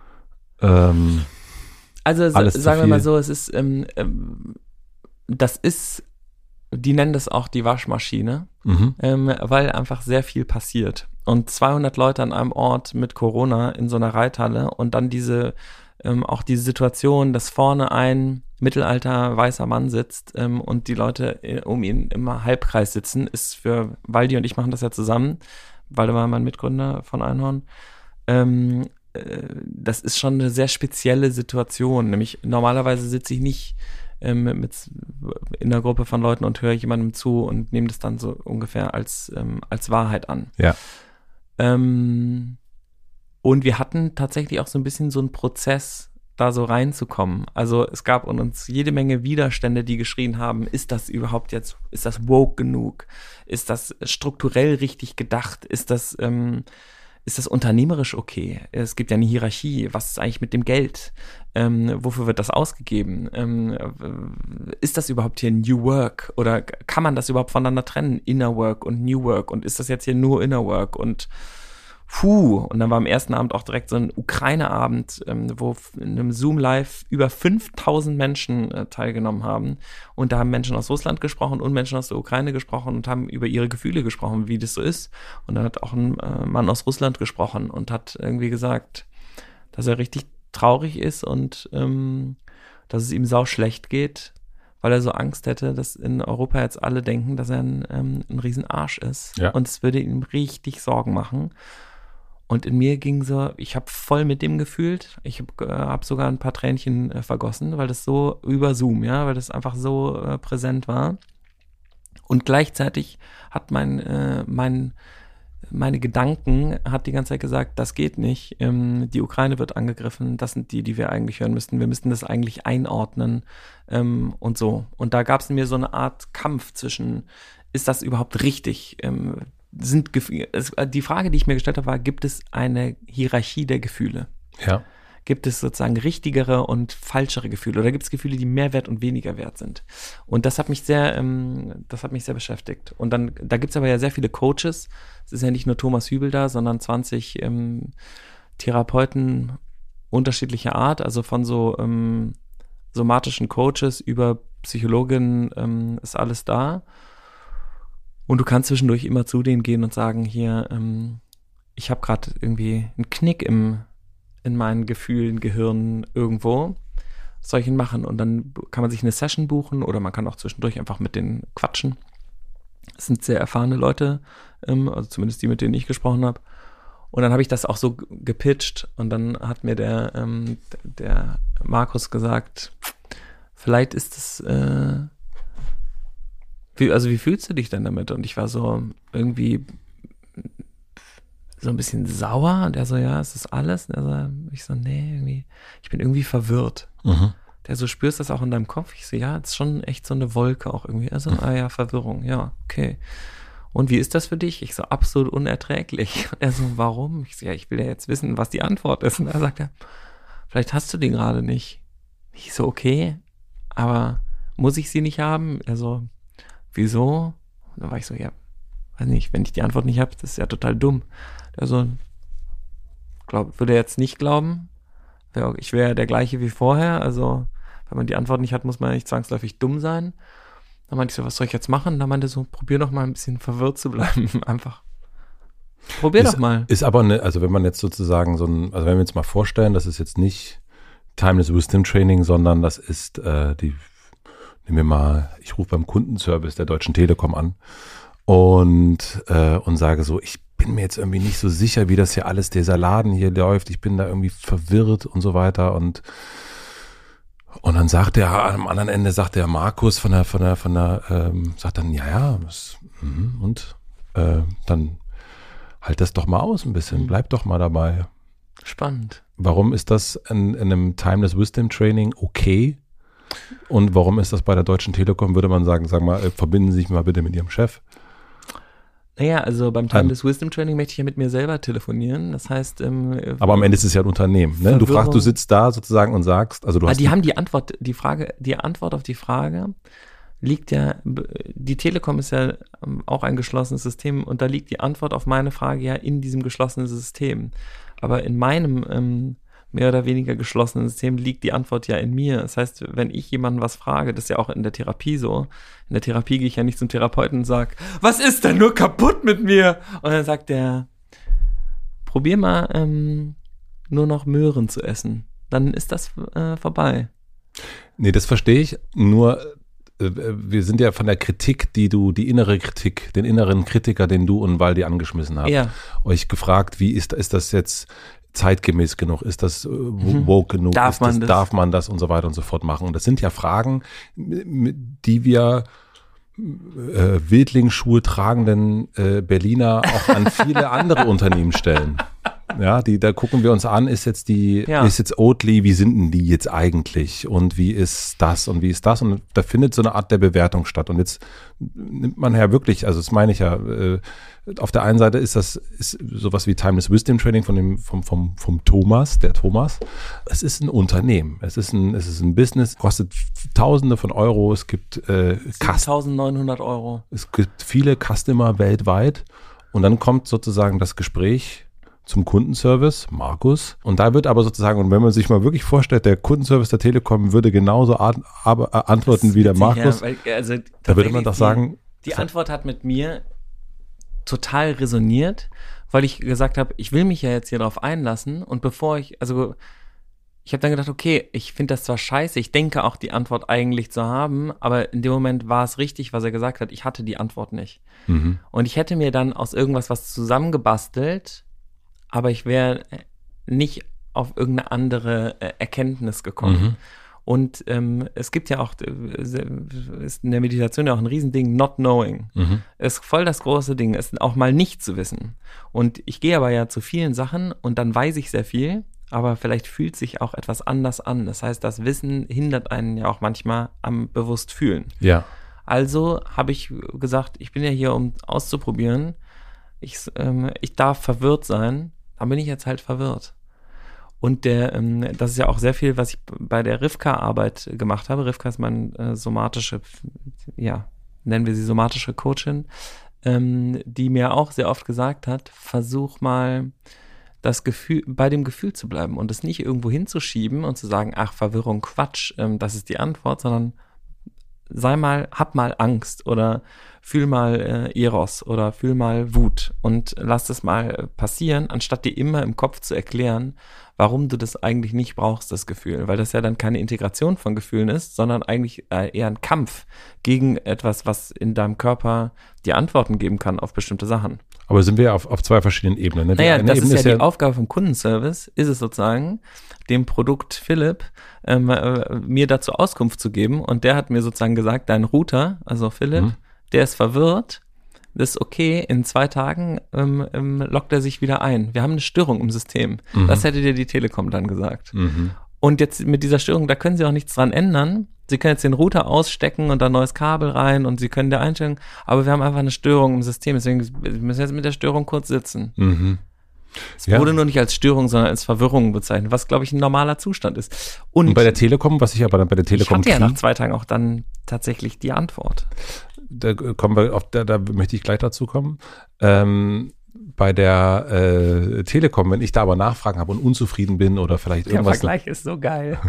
Ähm, also s- sagen wir mal so, es ist, ähm, ähm, das ist, die nennen das auch die Waschmaschine, mhm. ähm, weil einfach sehr viel passiert. Und zweihundert Leute an einem Ort mit Corona in so einer Reithalle und dann diese, ähm, auch diese Situation, dass vorne ein mittelalter weißer Mann sitzt ähm, und die Leute um ihn im Halbkreis sitzen, ist für Waldi und ich machen das ja zusammen. Waldi war mein Mitgründer von Einhorn. Ähm, äh, das ist schon eine sehr spezielle Situation. Nämlich normalerweise sitze ich nicht ähm, mit, in einer Gruppe von Leuten und höre jemandem zu und nehme das dann so ungefähr als, ähm, als Wahrheit an. Ja. Ähm, und wir hatten tatsächlich auch so ein bisschen so einen Prozess, da so reinzukommen. Also es gab in uns jede Menge Widerstände, die geschrien haben, ist das überhaupt jetzt, ist das woke genug? Ist das strukturell richtig gedacht? Ist das, ähm, ist das unternehmerisch okay? Es gibt ja eine Hierarchie. Was ist eigentlich mit dem Geld? Ähm, wofür wird das ausgegeben? Ähm, ist das überhaupt hier New Work? Oder kann man das überhaupt voneinander trennen? Inner Work und New Work? Und ist das jetzt hier nur Inner Work? Und Puh, und dann war am ersten Abend auch direkt so ein Ukraine-Abend, ähm, wo in einem Zoom-Live über fünftausend Menschen äh, teilgenommen haben. Und da haben Menschen aus Russland gesprochen und Menschen aus der Ukraine gesprochen und haben über ihre Gefühle gesprochen, wie das so ist. Und dann hat auch ein äh, Mann aus Russland gesprochen und hat irgendwie gesagt, dass er richtig traurig ist und ähm, dass es ihm sau schlecht geht, weil er so Angst hätte, dass in Europa jetzt alle denken, dass er ein, ähm, ein Riesenarsch ist. Ja. Und es würde ihm richtig Sorgen machen. Und in mir ging so, ich habe voll mit dem gefühlt. Ich habe äh, hab sogar ein paar Tränchen äh, vergossen, weil das so über Zoom, ja, weil das einfach so äh, präsent war. Und gleichzeitig hat mein, äh, mein, meine Gedanken, hat die ganze Zeit gesagt, das geht nicht. Ähm, die Ukraine wird angegriffen. Das sind die, die wir eigentlich hören müssten. Wir müssten das eigentlich einordnen ähm, und so. Und da gab es in mir so eine Art Kampf zwischen, ist das überhaupt richtig? Ähm, sind es, die Frage, die ich mir gestellt habe, war, gibt es eine Hierarchie der Gefühle? Ja. Gibt es sozusagen richtigere und falschere Gefühle? Oder gibt es Gefühle, die mehr wert und weniger wert sind? Und das hat mich sehr, ähm, das hat mich sehr beschäftigt. Und dann, da gibt es aber ja sehr viele Coaches. Es ist ja nicht nur Thomas Hübel da, sondern zwanzig ähm, Therapeuten unterschiedlicher Art, also von so ähm, somatischen Coaches über Psychologinnen ähm, ist alles da. Und du kannst zwischendurch immer zu denen gehen und sagen, hier, ähm, ich habe gerade irgendwie einen Knick im, in meinen Gefühlen, Gehirn irgendwo. Was soll ich denn machen? Und dann kann man sich eine Session buchen oder man kann auch zwischendurch einfach mit denen quatschen. Das sind sehr erfahrene Leute, ähm, also zumindest die, mit denen ich gesprochen habe. Und dann habe ich das auch so gepitcht und dann hat mir der, ähm, der Markus gesagt, vielleicht ist es, äh, wie, also wie fühlst du dich denn damit? Und ich war so irgendwie so ein bisschen sauer und er so, ja, ist das alles? Und er so, ich so, nee, irgendwie, ich bin irgendwie verwirrt. Mhm. Der so, spürst du das auch in deinem Kopf? Ich so, ja, es ist schon echt so eine Wolke auch irgendwie. Also, ah ja, Verwirrung, ja, okay. Und wie ist das für dich? Ich so, absolut unerträglich. Und er so, warum? Ich so, ja, ich will ja jetzt wissen, was die Antwort ist. Und er sagt er, vielleicht hast du die gerade nicht. Ich so, okay, aber muss ich sie nicht haben? Er so, wieso? Und dann war ich so, ja, weiß nicht, wenn ich die Antwort nicht habe, das ist ja total dumm. Er so, glaub, würde er jetzt nicht glauben. Ich wäre der gleiche wie vorher, also wenn man die Antwort nicht hat, muss man ja nicht zwangsläufig dumm sein. Dann meinte ich so, was soll ich jetzt machen? Dann meinte er so, probier doch mal ein bisschen verwirrt zu bleiben, einfach. Probier ist, doch mal. Ist aber, eine, also wenn man jetzt sozusagen so ein, also wenn wir uns mal vorstellen, das ist jetzt nicht Timeless Wisdom Training, sondern das ist äh, die, nehmen wir mal, ich rufe beim Kundenservice der Deutschen Telekom an und, äh, und sage so, ich bin mir jetzt irgendwie nicht so sicher, wie das hier alles, dieser Laden hier läuft, ich bin da irgendwie verwirrt und so weiter und Und dann sagt er, am anderen Ende sagt der Markus von der, von der, von der, ähm, sagt dann, ja, ja, das, mm, und äh, dann halt das doch mal aus ein bisschen, bleib doch mal dabei. Spannend. Warum ist das in, in einem Timeless Wisdom Training okay? Und warum ist das bei der Deutschen Telekom, würde man sagen, sag mal, äh, verbinden Sie sich mal bitte mit Ihrem Chef? Naja, also beim Timeless um, Wisdom Training möchte ich ja mit mir selber telefonieren. Das heißt, ähm, aber am Ende ist es ja ein Unternehmen. Ne? Du fragst, du sitzt da sozusagen und sagst, also du ah, hast. Die, die haben die Antwort, die Frage, die Antwort auf die Frage liegt ja, die Telekom ist ja auch ein geschlossenes System und da liegt die Antwort auf meine Frage ja in diesem geschlossenen System. Aber in meinem ähm, mehr oder weniger geschlossenen System liegt die Antwort ja in mir. Das heißt, wenn ich jemanden was frage, das ist ja auch in der Therapie so, in der Therapie gehe ich ja nicht zum Therapeuten und sage, was ist denn nur kaputt mit mir? Und dann sagt der, probier mal ähm, nur noch Möhren zu essen. Dann ist das äh, vorbei. Nee, das verstehe ich, nur äh, wir sind ja von der Kritik, die du, die innere Kritik, den inneren Kritiker, den du und Waldi angeschmissen habt, ja. euch gefragt, wie ist, ist das jetzt zeitgemäß genug, ist das äh, woke genug, darf, ist man das, das? darf man das und so weiter und so fort machen. Und das sind ja Fragen, die wir äh, Wildlingsschuhe tragenden äh, Berliner auch an viele andere Unternehmen stellen. Ja, die, da gucken wir uns an, ist jetzt die, ja. ist jetzt Oatly, wie sind denn die jetzt eigentlich und wie ist das und wie ist das und da findet so eine Art der Bewertung statt und jetzt nimmt man ja wirklich, also das meine ich ja, äh, auf der einen Seite ist das ist sowas wie Timeless Wisdom Training von dem, vom, vom, vom Thomas, der Thomas, es ist ein Unternehmen, es ist ein, es ist ein Business, kostet Tausende von Euro, es gibt äh, siebentausendneunhundert Euro. Es gibt viele Customer weltweit und dann kommt sozusagen das Gespräch zum Kundenservice, Markus. Und da wird aber sozusagen, und wenn man sich mal wirklich vorstellt, der Kundenservice der Telekom würde genauso an, aber, äh, antworten wie der Markus, ja, weil, also, da würde man doch sagen. Die, die Antwort hat mit mir total resoniert, weil ich gesagt habe, ich will mich ja jetzt hier drauf einlassen und bevor ich, also ich habe dann gedacht, okay, ich finde das zwar scheiße, ich denke auch die Antwort eigentlich zu haben, aber in dem Moment war es richtig, was er gesagt hat, ich hatte die Antwort nicht. Mhm. Und ich hätte mir dann aus irgendwas was zusammengebastelt, aber ich wäre nicht auf irgendeine andere äh, Erkenntnis gekommen. Mhm. Und ähm, es gibt ja auch, äh, ist in der Meditation ja auch ein Riesending, not knowing. Mhm. Ist voll das große Ding, ist auch mal nicht zu wissen. Und ich gehe aber ja zu vielen Sachen und dann weiß ich sehr viel, aber vielleicht fühlt sich auch etwas anders an. Das heißt, das Wissen hindert einen ja auch manchmal am bewusst fühlen. Ja. Also habe ich gesagt, ich bin ja hier, um auszuprobieren. Ich, ähm, ich darf verwirrt sein. Dann bin ich jetzt halt verwirrt. Und der, ähm, das ist ja auch sehr viel, was ich bei der Rivka-Arbeit gemacht habe. Rivka ist meine äh, somatische, ja, nennen wir sie somatische Coachin, ähm, die mir auch sehr oft gesagt hat, versuch mal das Gefühl, bei dem Gefühl zu bleiben und es nicht irgendwo hinzuschieben und zu sagen, ach, Verwirrung, Quatsch, ähm, das ist die Antwort, sondern sei mal, hab mal Angst oder fühl mal äh, Eros oder fühl mal Wut und lass das mal passieren, anstatt dir immer im Kopf zu erklären, warum du das eigentlich nicht brauchst, das Gefühl, weil das ja dann keine Integration von Gefühlen ist, sondern eigentlich äh, eher ein Kampf gegen etwas, was in deinem Körper dir Antworten geben kann auf bestimmte Sachen. Aber sind wir ja auf, auf zwei verschiedenen Ebenen. Ne? Die Naja, das Ebene ist ja, ist die Aufgabe vom Kundenservice, ist es sozusagen, dem Produkt Philipp ähm, äh, mir dazu Auskunft zu geben und der hat mir sozusagen gesagt, dein Router, also Philipp, mhm. der ist verwirrt, das ist okay, in zwei Tagen ähm, ähm, loggt er sich wieder ein. Wir haben eine Störung im System. Mhm. Das hätte dir die Telekom dann gesagt. Mhm. Und jetzt mit dieser Störung, da können sie auch nichts dran ändern. Sie können jetzt den Router ausstecken und da ein neues Kabel rein und sie können da einstellen, aber wir haben einfach eine Störung im System, deswegen müssen wir jetzt mit der Störung kurz sitzen. Mhm. Es ja. wurde nur nicht als Störung, sondern als Verwirrung bezeichnet, was, glaube ich, ein normaler Zustand ist. Und, und bei der Telekom, was ich aber dann bei der Telekom Ich hatte ja nach zwei Tagen auch dann tatsächlich die Antwort. Da kommen wir auf, da, da möchte ich gleich dazu kommen. Ähm, bei der äh, Telekom, wenn ich da aber Nachfragen habe und unzufrieden bin oder vielleicht irgendwas. Der Vergleich ist so geil.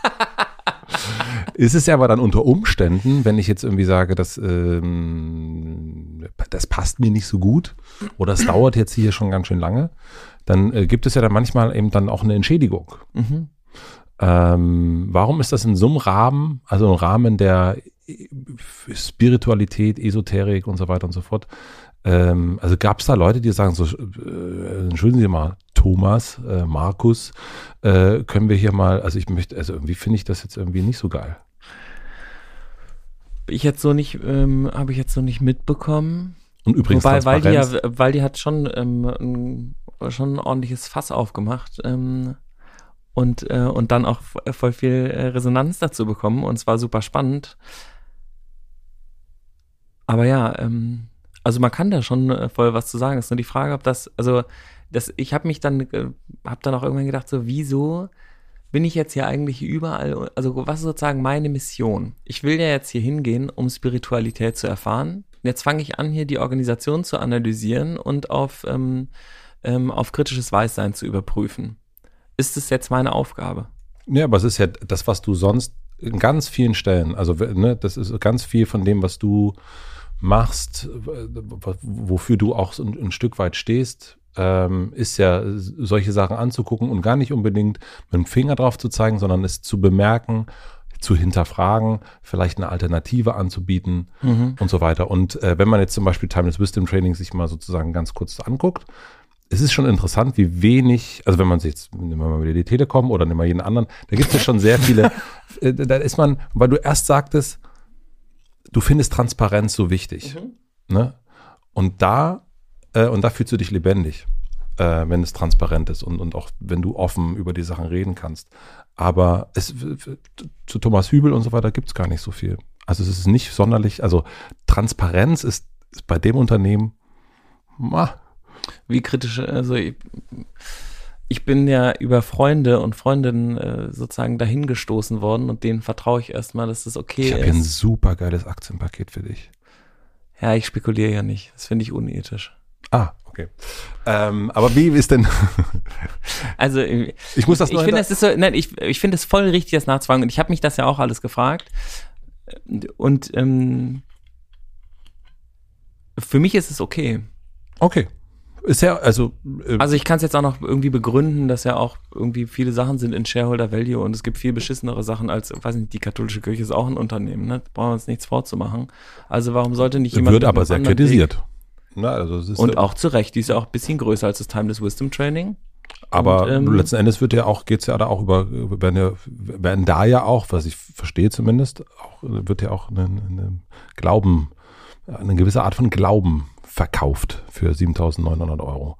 Ist es ja aber dann unter Umständen, wenn ich jetzt irgendwie sage, dass, ähm, das passt mir nicht so gut oder es dauert jetzt hier schon ganz schön lange, dann äh, gibt es ja dann manchmal eben dann auch eine Entschädigung. Mhm. Ähm, warum ist das in so einem Rahmen, also im Rahmen der Spiritualität, Esoterik und so weiter und so fort, ähm, also gab es da Leute, die sagen so, äh, entschuldigen Sie mal, Thomas, äh, Markus, äh, können wir hier mal, also ich möchte, also irgendwie finde ich das jetzt irgendwie nicht so geil. Ich jetzt so nicht, ähm, habe ich jetzt so nicht mitbekommen. Und übrigens Wobei, weil die ja, weil die hat schon, ähm, ein, schon ein ordentliches Fass aufgemacht, ähm, und, äh, und dann auch voll viel Resonanz dazu bekommen und es war super spannend. Aber ja, ähm, also man kann da schon voll was zu sagen. Es ist nur die Frage, ob das, also das, ich habe mich dann, äh, habe dann auch irgendwann gedacht, so wieso bin ich jetzt hier eigentlich überall, also was ist sozusagen meine Mission? Ich will ja jetzt hier hingehen, um Spiritualität zu erfahren. Jetzt fange ich an, hier die Organisation zu analysieren und auf, ähm, ähm, auf kritisches Weißsein zu überprüfen. Ist es jetzt meine Aufgabe? Ja, aber es ist ja das, was du sonst in ganz vielen Stellen, also ne, das ist ganz viel von dem, was du machst, wofür du auch ein, ein Stück weit stehst, ähm, ist ja solche Sachen anzugucken und gar nicht unbedingt mit dem Finger drauf zu zeigen, sondern es zu bemerken, zu hinterfragen, vielleicht eine Alternative anzubieten mhm. und so weiter. Und äh, wenn man jetzt zum Beispiel Timeless Wisdom Training sich mal sozusagen ganz kurz anguckt, es ist schon interessant, wie wenig, also wenn man sich jetzt, nehmen wir mal wieder die Telekom oder nehmen wir jeden anderen, da gibt es ja schon sehr viele, äh, da ist man, weil du erst sagtest, du findest Transparenz so wichtig, mhm. ne? Und da, äh, und da fühlst du dich lebendig, äh, wenn es transparent ist und, und auch wenn du offen über die Sachen reden kannst. Aber es, zu Thomas Hübel und so weiter gibt es gar nicht so viel. Also es ist nicht sonderlich, also Transparenz ist, ist bei dem Unternehmen, ma, wie kritisch, also ich, ich bin ja über Freunde und Freundinnen äh, sozusagen dahin gestoßen worden und denen vertraue ich erstmal, dass das okay ist. Ich habe hier ein super geiles Aktienpaket für dich. Ja, ich spekuliere ja nicht. Das finde ich unethisch. Ah, okay. Ähm, aber wie ist denn? Also ich, ich muss das ich finde, es ist so, nein, ich, ich finde es voll richtig, das nachzufragen. Und ich habe mich das ja auch alles gefragt. Und ähm, für mich ist es okay. Okay. Ist ja, also, äh, also ich kann es jetzt auch noch irgendwie begründen, dass ja auch irgendwie viele Sachen sind in Shareholder Value und es gibt viel beschissenere Sachen als, weiß nicht, die katholische Kirche ist auch ein Unternehmen, ne? Da brauchen wir uns nichts vorzumachen. Also warum sollte nicht jemand... Wird aber sehr kritisiert. Na, also es ist und auch zu Recht, die ist ja auch ein bisschen größer als das Timeless Wisdom Training. Aber und, ähm, letzten Endes wird ja auch, geht's ja da auch über, werden, ja, werden da ja auch, was ich verstehe zumindest, auch, wird ja auch eine, eine Glauben, eine gewisse Art von Glauben verkauft für siebentausendneunhundert Euro.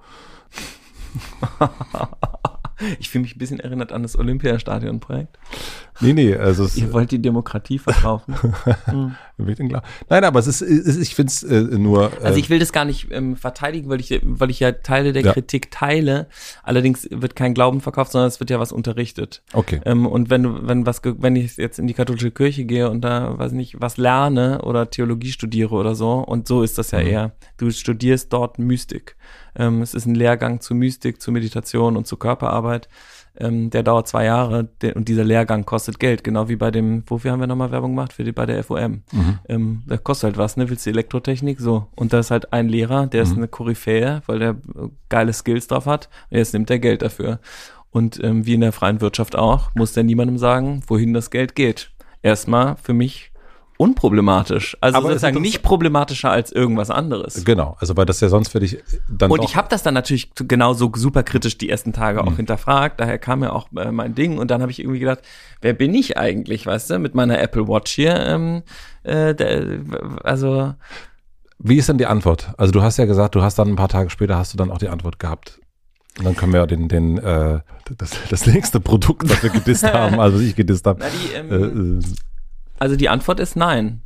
Ich fühle mich ein bisschen erinnert an das Olympiastadion-Projekt. Nee, nee, also es, ihr wollt die Demokratie verkaufen. hm. Nein, aber es ist, ich finde es äh, nur. Äh, also ich will das gar nicht ähm, verteidigen, weil ich, weil ich ja Teile der ja. Kritik teile. Allerdings wird kein Glauben verkauft, sondern es wird ja was unterrichtet. Okay. Ähm, und wenn du, wenn was, wenn ich jetzt in die katholische Kirche gehe und da, weiß nicht, was lerne oder Theologie studiere oder so, und so ist das ja mhm. eher. Du studierst dort Mystik. Ähm, es ist ein Lehrgang zu Mystik, zu Meditation und zu Körperarbeit. ähm, der dauert zwei Jahre der, und dieser Lehrgang kostet Geld, genau wie bei dem, wofür haben wir nochmal Werbung gemacht? Für die, bei der F O M. Mhm. Ähm, das kostet halt was, ne? Willst du Elektrotechnik? So. Und da ist halt ein Lehrer, der mhm. ist eine Koryphäe, weil der geile Skills drauf hat und jetzt nimmt er Geld dafür. Und ähm, wie in der freien Wirtschaft auch, muss der niemandem sagen, wohin das Geld geht. Erstmal für mich unproblematisch. Also aber sozusagen nicht problematischer als irgendwas anderes. Genau, also weil das ja sonst für dich dann und ich habe das dann natürlich genauso super kritisch die ersten Tage auch mhm. hinterfragt, daher kam ja auch äh, mein Ding und dann habe ich irgendwie gedacht, wer bin ich eigentlich, weißt du, mit meiner Apple Watch hier, ähm, äh, der, also wie ist denn die Antwort? Also du hast ja gesagt, du hast dann ein paar Tage später hast du dann auch die Antwort gehabt. Und dann können wir ja den, den, äh, das, das nächste Produkt, das wir gedisst haben, also was ich gedisst habe. Ähm, äh, also die Antwort ist nein.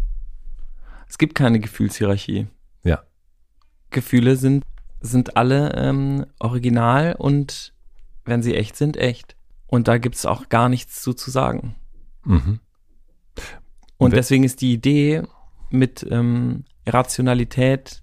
Es gibt keine Gefühlshierarchie. Ja. Gefühle sind, sind alle ähm, original und wenn sie echt sind, echt. Und da gibt es auch gar nichts zu, zu sagen. Mhm. Und deswegen ist die Idee mit ähm, Rationalität,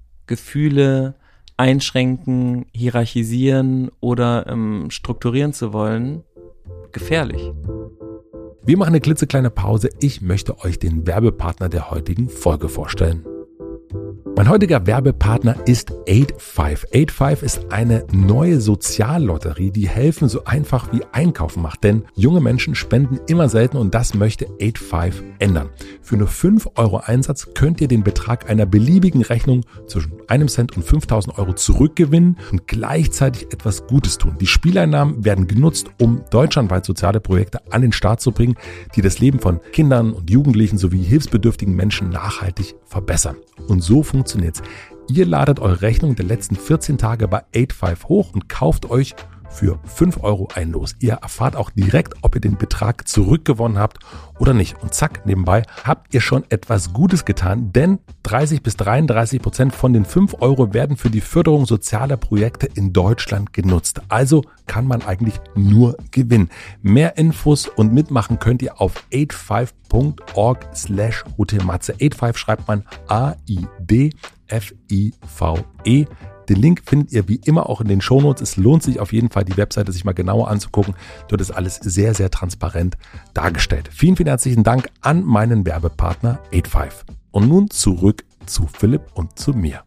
Gefühle einschränken, hierarchisieren oder ähm, strukturieren zu wollen, gefährlich. Wir machen eine klitzekleine Pause. Ich möchte euch den Werbepartner der heutigen Folge vorstellen. Mein heutiger Werbepartner ist eight five. eight five ist eine neue Soziallotterie, die helfen so einfach wie Einkaufen macht. Denn junge Menschen spenden immer selten und das möchte eight five ändern. Für nur fünf Euro Einsatz könnt ihr den Betrag einer beliebigen Rechnung zwischen einem Cent und fünftausend Euro zurückgewinnen und gleichzeitig etwas Gutes tun. Die Spieleinnahmen werden genutzt, um deutschlandweit soziale Projekte an den Start zu bringen, die das Leben von Kindern und Jugendlichen sowie hilfsbedürftigen Menschen nachhaltig verbessern. Und so funktioniert's. Ihr ladet eure Rechnung der letzten vierzehn Tage bei eight five hoch und kauft euch für fünf Euro ein Los. Ihr erfahrt auch direkt, ob ihr den Betrag zurückgewonnen habt oder nicht. Und zack, nebenbei habt ihr schon etwas Gutes getan, denn dreißig bis dreiunddreißig Prozent von den fünf Euro werden für die Förderung sozialer Projekte in Deutschland genutzt. Also kann man eigentlich nur gewinnen. Mehr Infos und mitmachen könnt ihr auf eighty-five punkt org slash hotelmatze. eighty-five schreibt man A I D F I V E. Den Link findet ihr wie immer auch in den Shownotes. Es lohnt sich auf jeden Fall, die Webseite sich mal genauer anzugucken. Dort ist alles sehr, sehr transparent dargestellt. Vielen, vielen herzlichen Dank an meinen Werbepartner eight five. Und nun zurück zu Philipp und zu mir.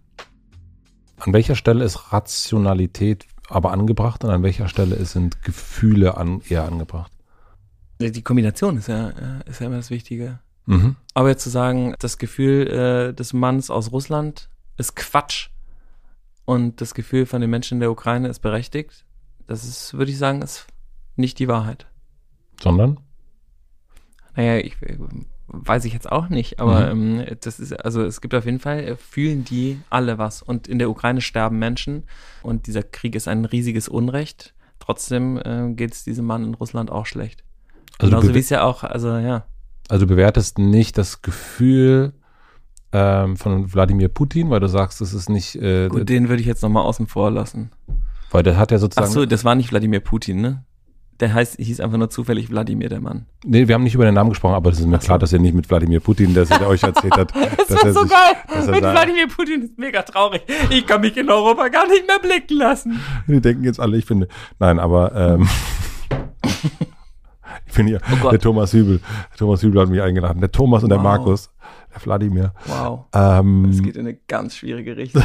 An welcher Stelle ist Rationalität aber angebracht und an welcher Stelle sind Gefühle an, eher angebracht? Die Kombination ist ja, ist ja immer das Wichtige. Mhm. Aber jetzt zu sagen, das Gefühl äh, des Manns aus Russland ist Quatsch. Und das Gefühl von den Menschen in der Ukraine ist berechtigt. Das ist, würde ich sagen, ist nicht die Wahrheit. Sondern? Naja, ich weiß ich jetzt auch nicht, aber Mhm. ähm, das ist, also es gibt auf jeden Fall, fühlen die alle was. Und in der Ukraine sterben Menschen und dieser Krieg ist ein riesiges Unrecht. Trotzdem äh, geht es diesem Mann in Russland auch schlecht. Also genauso wie es ja auch, also ja. Also du bewertest nicht das Gefühl von Wladimir Putin, weil du sagst, das ist nicht... Äh, Gut, den würde ich jetzt nochmal außen vor lassen. Weil der hat ja sozusagen... Ach so, das war nicht Wladimir Putin, ne? Der heißt, hieß einfach nur zufällig Wladimir, der Mann. Nee, wir haben nicht über den Namen gesprochen, aber das ist mir so. klar, dass er nicht mit Wladimir Putin, dass er euch erzählt hat. das dass war er so sich, geil. Mit da, Wladimir Putin ist mega traurig. Ich kann mich in Europa gar nicht mehr blicken lassen. Die denken jetzt alle, ich finde... Nein, aber... Ähm, ich bin hier, oh der Thomas Hübel. Der Thomas Hübel hat mich eingeladen. Der Thomas und wow. der Markus. Der Wladimir. Wow. Ähm, das geht in eine ganz schwierige Richtung.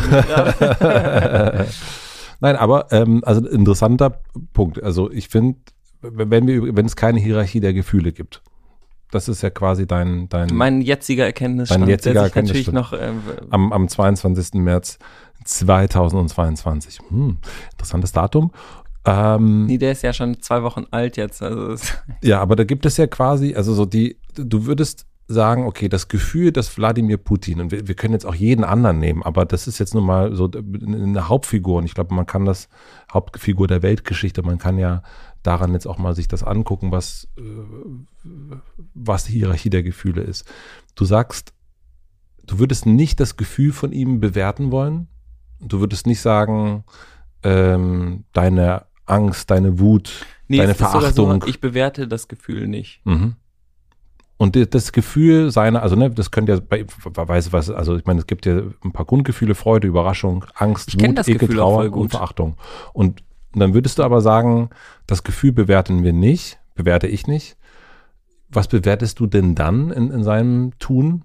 Nein, aber ähm, also interessanter Punkt. Also ich finde, wenn wir, wenn es keine Hierarchie der Gefühle gibt, das ist ja quasi dein dein mein jetziger Erkenntnisstand. Dein jetziger Erkenntnisstand. Noch, äh, am am zweiundzwanzigsten März zweitausendzweiundzwanzig. Hm, interessantes Datum. Ähm, nee, der ist ja schon zwei Wochen alt jetzt. Also ja, aber da gibt es ja quasi, also so die, du würdest sagen, okay, das Gefühl, dass Wladimir Putin, und wir, wir können jetzt auch jeden anderen nehmen, aber das ist jetzt nun mal so eine Hauptfigur und ich glaube, man kann das, Hauptfigur der Weltgeschichte, man kann ja daran jetzt auch mal sich das angucken, was, was die Hierarchie der Gefühle ist. Du sagst, du würdest nicht das Gefühl von ihm bewerten wollen, du würdest nicht sagen, ähm, deine Angst, deine Wut, nee, deine es ist sogar Verachtung. So, ich bewerte das Gefühl nicht. Mhm. Und das Gefühl seiner, also ne, das könnte ja bei, weiß was, also ich meine, es gibt ja ein paar Grundgefühle, Freude, Überraschung, Angst, ich Wut, das Ekel, Gefühl Trauer voll gut. und Verachtung. Und Und dann würdest du aber sagen, das Gefühl bewerten wir nicht, bewerte ich nicht. Was bewertest du denn dann in, in seinem Tun?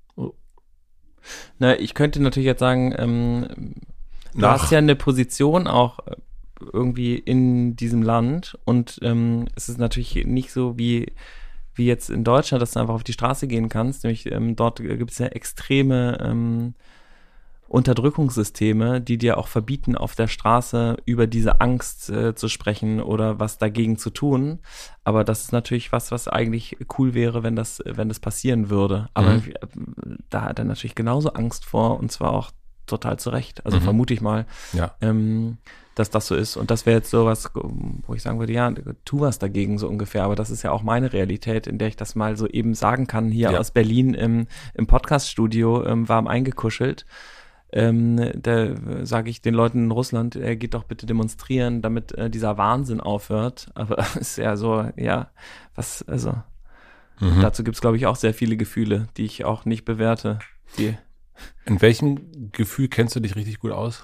Na, ich könnte natürlich jetzt sagen, ähm, du Nach- hast ja eine Position auch irgendwie in diesem Land und ähm, es ist natürlich nicht so wie, wie jetzt in Deutschland, dass du einfach auf die Straße gehen kannst. Nämlich ähm, dort gibt es ja extreme ähm, Unterdrückungssysteme, die dir auch verbieten, auf der Straße über diese Angst äh, zu sprechen oder was dagegen zu tun. Aber das ist natürlich was, was eigentlich cool wäre, wenn das, wenn das passieren würde. Aber Mhm. äh, da hat er natürlich genauso Angst vor und zwar auch total zu Recht. Also Mhm. vermute ich mal, Ja. ähm, dass das so ist. Und das wäre jetzt sowas, wo ich sagen würde, ja, tu was dagegen so ungefähr. Aber das ist ja auch meine Realität, in der ich das mal so eben sagen kann. Hier Ja. aus Berlin im, im Podcast-Studio ähm, warm eingekuschelt. Ähm, da sage ich den Leuten in Russland, äh, geht doch bitte demonstrieren, damit äh, dieser Wahnsinn aufhört. Aber ist ja so, ja, was, also Mhm. dazu gibt es, glaube ich, auch sehr viele Gefühle, die ich auch nicht bewerte. Die, In welchem Gefühl kennst du dich richtig gut aus?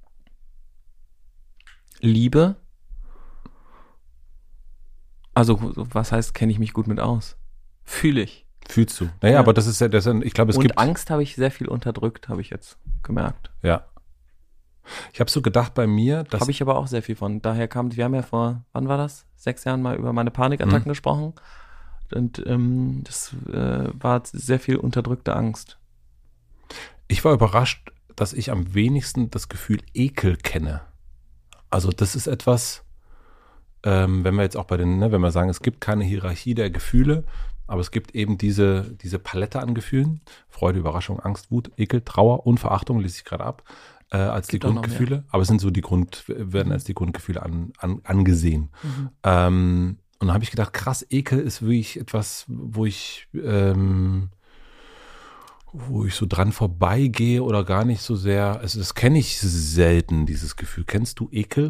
Liebe. Also, was heißt, kenne ich mich gut mit aus? Fühle ich. Fühlst du? Naja, Ja. aber das ist ja, das ist, ich glaube, es Und gibt. Angst habe ich sehr viel unterdrückt, habe ich jetzt gemerkt. Ja. Ich habe so gedacht bei mir, dass. Habe ich aber auch sehr viel von. Daher kam, wir haben ja vor, wann war das? Sechs Jahren mal über meine Panikattacken Mhm. gesprochen. Und ähm, das äh, war sehr viel unterdrückte Angst. Ich war überrascht, dass ich am wenigsten das Gefühl Ekel kenne. Also das ist etwas, ähm, wenn wir jetzt auch bei den, ne, wenn wir sagen, es gibt keine Hierarchie der Gefühle, aber es gibt eben diese, diese Palette an Gefühlen, Freude, Überraschung, Angst, Wut, Ekel, Trauer und Verachtung, lese ich gerade ab, äh, als die Gibt auch noch Grundgefühle. Aber es sind so die Grund, werden als die Grundgefühle an, an, angesehen. Mhm. Ähm, und dann habe ich gedacht, krass, Ekel ist wirklich etwas, wo ich, ähm, wo ich so dran vorbeigehe oder gar nicht so sehr, also das kenne ich selten, dieses Gefühl. Kennst du Ekel?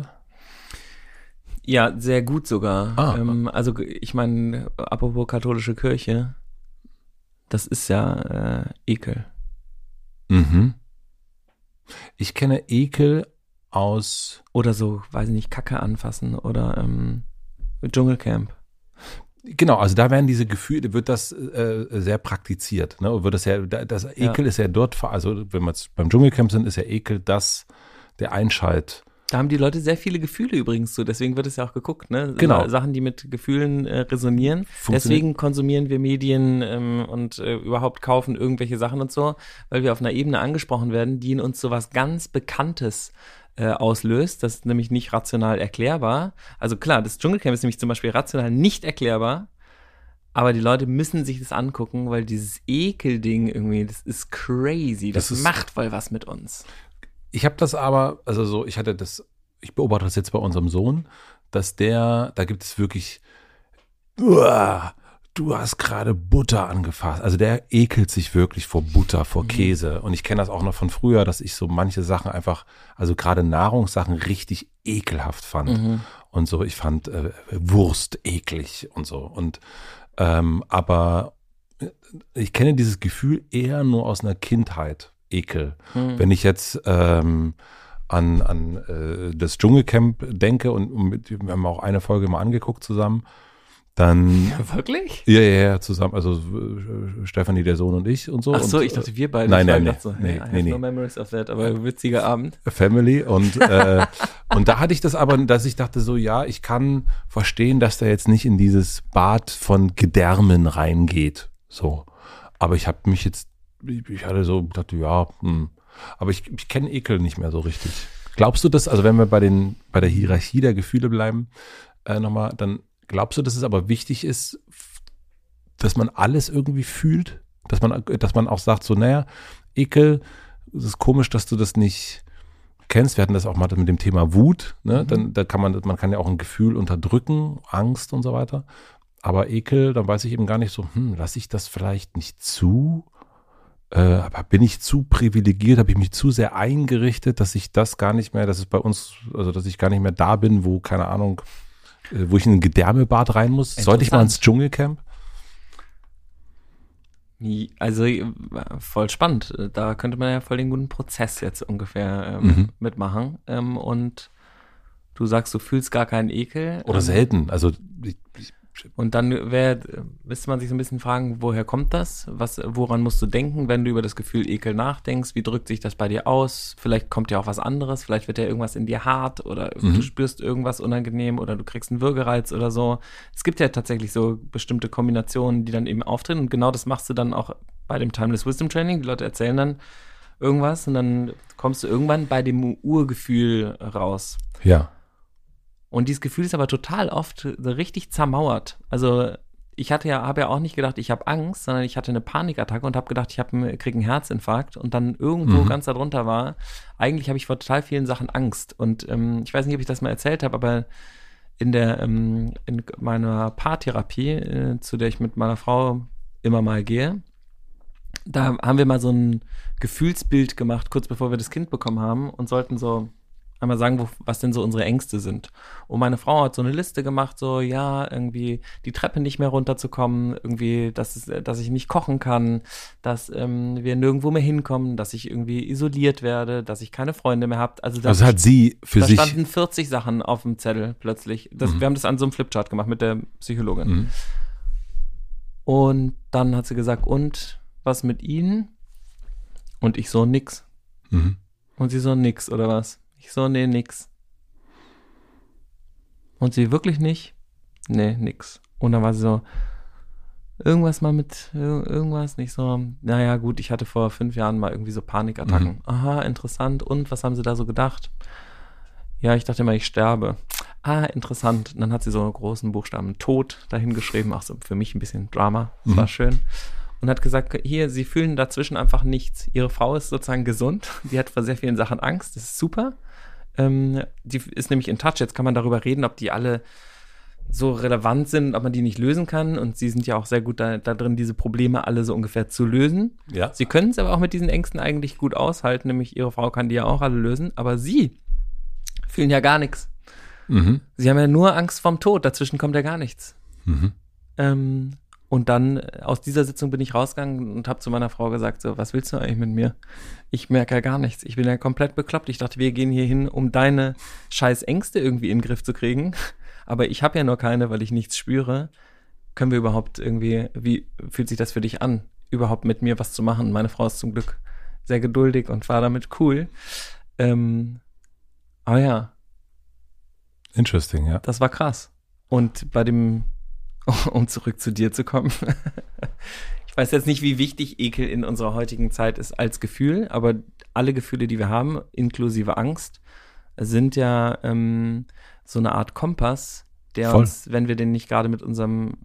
Ja, sehr gut sogar. Ah. Ähm, also ich meine, apropos katholische Kirche, das ist ja äh, Ekel. Mhm. Ich kenne Ekel aus, Oder so, weiß ich nicht, Kacke anfassen oder ähm, Dschungelcamp. genau, also da werden diese Gefühle, wird das äh, sehr praktiziert. Ne? Wird das ja, das Ekel Ja. ist ja dort, also wenn wir jetzt beim Dschungelcamp sind, ist ja Ekel das, der Einschalt. Da haben die Leute sehr viele Gefühle übrigens zu, deswegen wird es ja auch geguckt, ne? Genau. Sachen, die mit Gefühlen äh, resonieren. Funktioniert- Deswegen konsumieren wir Medien ähm, und äh, überhaupt kaufen irgendwelche Sachen und so, weil wir auf einer Ebene angesprochen werden, die in uns so was ganz Bekanntes äh, auslöst. Das ist nämlich nicht rational erklärbar. Also klar, das Dschungelcamp ist nämlich zum Beispiel rational nicht erklärbar, aber die Leute müssen sich das angucken, weil dieses Ekelding irgendwie, das ist crazy. Das, Das ist- macht voll was mit uns. Ich habe das aber, also so, ich hatte das, ich beobachte das jetzt bei unserem Sohn, dass der, da gibt es wirklich, uah, du hast gerade Butter angefasst. Also der ekelt sich wirklich vor Butter, vor Käse. Und ich kenne das auch noch von früher, dass ich so manche Sachen einfach, also gerade Nahrungssachen richtig ekelhaft fand. Mhm. Und so, ich fand äh, Wurst eklig und so. Und ähm, aber ich kenne dieses Gefühl eher nur aus einer Kindheit, Ekel. Mhm. Wenn ich jetzt ähm, an, an äh, das Dschungelcamp denke und, und mit, wir haben auch eine Folge mal angeguckt zusammen, dann Wirklich? ja, ja, ja, zusammen, also äh, Stefanie, der Sohn und ich und so. Ach so, und, ich dachte, wir beide. Nein, Ich war nein, grad nee, so, nee, hey, I have nee, nee. no memories of that, aber witziger Abend. Family und äh, und da hatte ich das aber, dass ich dachte so, ja, ich kann verstehen, dass der jetzt nicht in dieses Bad von Gedärmen reingeht, so. Aber ich habe mich jetzt, ich, ich hatte so dachte, ja, hm. aber ich, ich kenne Ekel nicht mehr so richtig. Glaubst du das? Also wenn wir bei den bei der Hierarchie der Gefühle bleiben, äh, nochmal, dann glaubst du, dass es aber wichtig ist, dass man alles irgendwie fühlt, dass man, dass man auch sagt so, naja, Ekel, es ist komisch, dass du das nicht kennst. Wir hatten das auch mal mit dem Thema Wut, ne? Mhm. Dann, da kann man, man kann ja auch ein Gefühl unterdrücken, Angst und so weiter. Aber Ekel, dann weiß ich eben gar nicht so, hm, lasse ich das vielleicht nicht zu? Äh, aber bin ich zu privilegiert, habe ich mich zu sehr eingerichtet, dass ich das gar nicht mehr, dass es bei uns, also dass ich gar nicht mehr da bin, wo, keine Ahnung, äh, wo ich in ein Gedärmebad rein muss. Sollte ich mal ins Dschungelcamp? Also äh, voll spannend. Da könnte man ja voll den guten Prozess jetzt ungefähr ähm, Mhm. mitmachen. Ähm, und du sagst, du fühlst gar keinen Ekel. Oder selten. Also ich, ich, Und dann wär, müsste man sich so ein bisschen fragen, woher kommt das? Was, woran musst du denken, wenn du über das Gefühl Ekel nachdenkst? Wie drückt sich das bei dir aus? Vielleicht kommt ja auch was anderes, vielleicht wird ja irgendwas in dir hart oder mhm. du spürst irgendwas unangenehm oder du kriegst einen Würgereiz oder so. Es gibt ja tatsächlich so bestimmte Kombinationen, die dann eben auftreten und genau das machst du dann auch bei dem Timeless Wisdom Training. Die Leute erzählen dann irgendwas und dann kommst du irgendwann bei dem Urgefühl raus. Ja. Und dieses Gefühl ist aber total oft so richtig zermauert. Also ich hatte ja, habe ja auch nicht gedacht, ich habe Angst, sondern ich hatte eine Panikattacke und habe gedacht, ich habe kriege einen Herzinfarkt und dann irgendwo mhm. ganz darunter war, eigentlich habe ich vor total vielen Sachen Angst. Und ähm, ich weiß nicht, ob ich das mal erzählt habe, aber in der ähm, in meiner Paartherapie, äh, zu der ich mit meiner Frau immer mal gehe, da haben wir mal so ein Gefühlsbild gemacht, kurz bevor wir das Kind bekommen haben und sollten so einmal sagen, wo, was denn so unsere Ängste sind. Und meine Frau hat so eine Liste gemacht, so, ja, irgendwie die Treppe nicht mehr runterzukommen, irgendwie, dass, es, dass ich nicht kochen kann, dass ähm, wir nirgendwo mehr hinkommen, dass ich irgendwie isoliert werde, dass ich keine Freunde mehr habe. Also, also hat sie für da sich... Da standen vierzig Sachen auf dem Zettel plötzlich. Das, mhm. Wir haben das an so einem Flipchart gemacht mit der Psychologin. Mhm. Und dann hat sie gesagt, und was mit Ihnen? Und ich so, nix. Mhm. Und sie so, nix, oder was? Ich so, nee, nix. Und sie wirklich nicht? Nee, nix. Und dann war sie so, irgendwas mal mit, irgendwas nicht so, naja gut, ich hatte vor fünf Jahren mal irgendwie so Panikattacken. Mhm. Aha, interessant. Und was haben sie da so gedacht? Ja, ich dachte immer, ich sterbe. Ah, interessant. Und dann hat sie so großen Buchstaben Tod dahin geschrieben. Ach so, für mich ein bisschen Drama. Das mhm. war schön. Und hat gesagt, hier, sie fühlen dazwischen einfach nichts. Ihre Frau ist sozusagen gesund. Die hat vor sehr vielen Sachen Angst. Das ist super. Ähm, die ist nämlich in Touch. Jetzt kann man darüber reden, ob die alle so relevant sind, ob man die nicht lösen kann. Und sie sind ja auch sehr gut da, da drin, diese Probleme alle so ungefähr zu lösen. Ja. Sie können es aber auch mit diesen Ängsten eigentlich gut aushalten. Nämlich ihre Frau kann die ja auch alle lösen. Aber sie fühlen ja gar nichts. Mhm. Sie haben ja nur Angst vorm Tod. Dazwischen kommt ja gar nichts. Mhm. Ähm, Und dann aus dieser Sitzung bin ich rausgegangen und habe zu meiner Frau gesagt, so, was willst du eigentlich mit mir? Ich merke ja gar nichts. Ich bin ja komplett bekloppt. Ich dachte, wir gehen hier hin, um deine scheiß Ängste irgendwie in den Griff zu kriegen. Aber ich habe ja nur keine, weil ich nichts spüre. Können wir überhaupt irgendwie, wie fühlt sich das für dich an, überhaupt mit mir was zu machen? Meine Frau ist zum Glück sehr geduldig und war damit cool. Ähm, aber ja. Interesting, ja. Das war krass. Und bei dem um zurück zu dir zu kommen. Ich weiß jetzt nicht, wie wichtig Ekel in unserer heutigen Zeit ist als Gefühl, aber alle Gefühle, die wir haben, inklusive Angst, sind ja ähm, so eine Art Kompass, der Voll. uns, wenn wir den nicht gerade mit unserem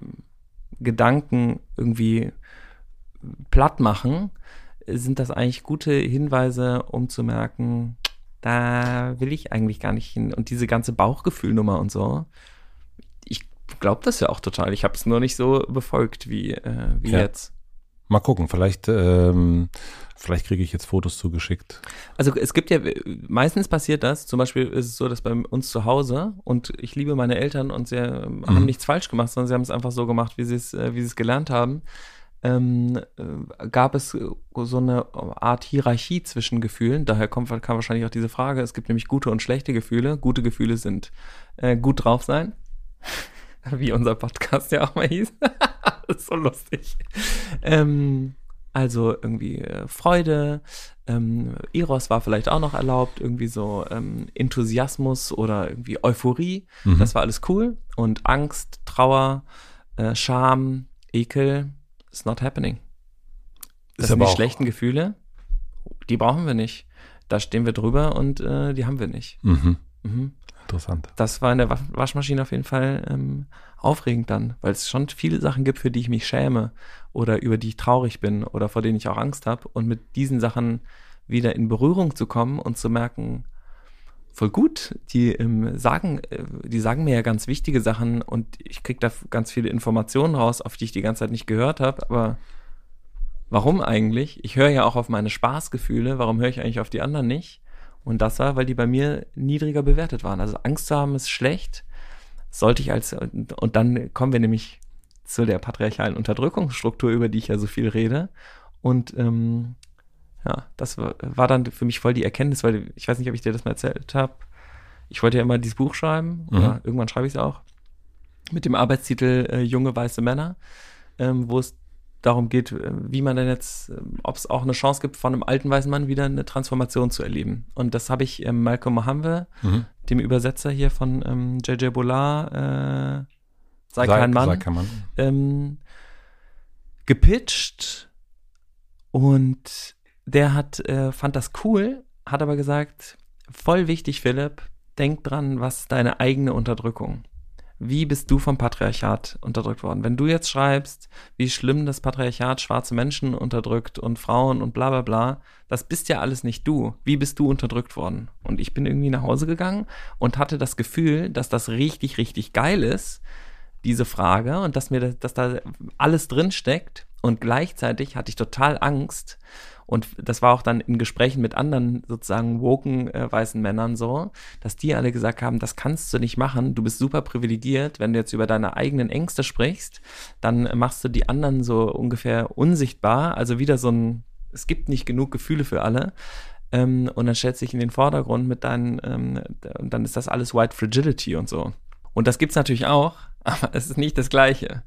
Gedanken irgendwie platt machen, sind das eigentlich gute Hinweise, um zu merken, da will ich eigentlich gar nicht hin. Und diese ganze Bauchgefühlnummer und so, ich glaube das ja auch total. Ich habe es nur nicht so befolgt wie, äh, wie ja. jetzt. Mal gucken, vielleicht, ähm, vielleicht kriege ich jetzt Fotos zugeschickt. Also es gibt ja, meistens passiert das, zum Beispiel ist es so, dass bei uns zu Hause, und ich liebe meine Eltern und sie äh, mhm. haben nichts falsch gemacht, sondern sie haben es einfach so gemacht, wie sie es, äh, wie sie es gelernt haben, ähm, äh, gab es so eine Art Hierarchie zwischen Gefühlen. Daher kommt, kam wahrscheinlich auch diese Frage, es gibt nämlich gute und schlechte Gefühle. Gute Gefühle sind äh, gut drauf sein. Wie unser Podcast ja auch mal hieß. Das ist so lustig. Ähm, also irgendwie äh, Freude, ähm, Eros war vielleicht auch noch erlaubt, irgendwie so ähm, Enthusiasmus oder irgendwie Euphorie. Mhm. Das war alles cool. Und Angst, Trauer, äh, Scham, Ekel, is not happening. Das ist sind aber die auch schlechten Gefühle. Die brauchen wir nicht. Da stehen wir drüber und äh, die haben wir nicht. Mhm. Mhm. Interessant. Das war in der Waschmaschine auf jeden Fall ähm, aufregend dann, weil es schon viele Sachen gibt, für die ich mich schäme oder über die ich traurig bin oder vor denen ich auch Angst habe. Und mit diesen Sachen wieder in Berührung zu kommen und zu merken, voll gut, die ähm, sagen, äh, die sagen mir ja ganz wichtige Sachen und ich kriege da ganz viele Informationen raus, auf die ich die ganze Zeit nicht gehört habe, aber warum eigentlich? Ich höre ja auch auf meine Spaßgefühle, warum höre ich eigentlich auf die anderen nicht? Und das war, weil die bei mir niedriger bewertet waren. Also Angst zu haben ist schlecht, sollte ich als, und dann kommen wir nämlich zu der patriarchalen Unterdrückungsstruktur, über die ich ja so viel rede. Und ähm, ja, das war, war dann für mich voll die Erkenntnis, weil ich weiß nicht, ob ich dir das mal erzählt habe. ich wollte ja immer dieses Buch schreiben, Mhm. oder irgendwann schreibe ich es auch, mit dem Arbeitstitel äh, Junge weiße Männer, ähm, wo es darum geht, äh, wie man denn jetzt, äh, ob es auch eine Chance gibt, von einem alten weißen Mann wieder eine Transformation zu erleben. Und das habe ich ähm, Malcolm Mohammed, Mhm. dem Übersetzer hier von ähm, J J Bollard, äh, Sei, Sei- kein Mann, sei kein Mann. Ähm, gepitcht, und der hat, äh, fand das cool, hat aber gesagt, voll wichtig, Philipp, denk dran, was ist deine eigene Unterdrückung? Wie bist du vom Patriarchat unterdrückt worden? Wenn du jetzt schreibst, wie schlimm das Patriarchat schwarze Menschen unterdrückt und Frauen und bla bla bla, das bist ja alles nicht du. Wie bist du unterdrückt worden? Und ich bin irgendwie nach Hause gegangen und hatte das Gefühl, dass das richtig, richtig geil ist, diese Frage, und dass mir das, dass da alles drin steckt, und gleichzeitig hatte ich total Angst, und das war auch dann in Gesprächen mit anderen sozusagen woken äh, weißen Männern so, dass die alle gesagt haben, das kannst du nicht machen, du bist super privilegiert, wenn du jetzt über deine eigenen Ängste sprichst, dann machst du die anderen so ungefähr unsichtbar, also wieder so ein, es gibt nicht genug Gefühle für alle. Ähm, und dann stellst du dich in den Vordergrund mit deinen, ähm, und dann ist das alles White Fragility und so. Und das gibt's natürlich auch, aber es ist nicht das Gleiche.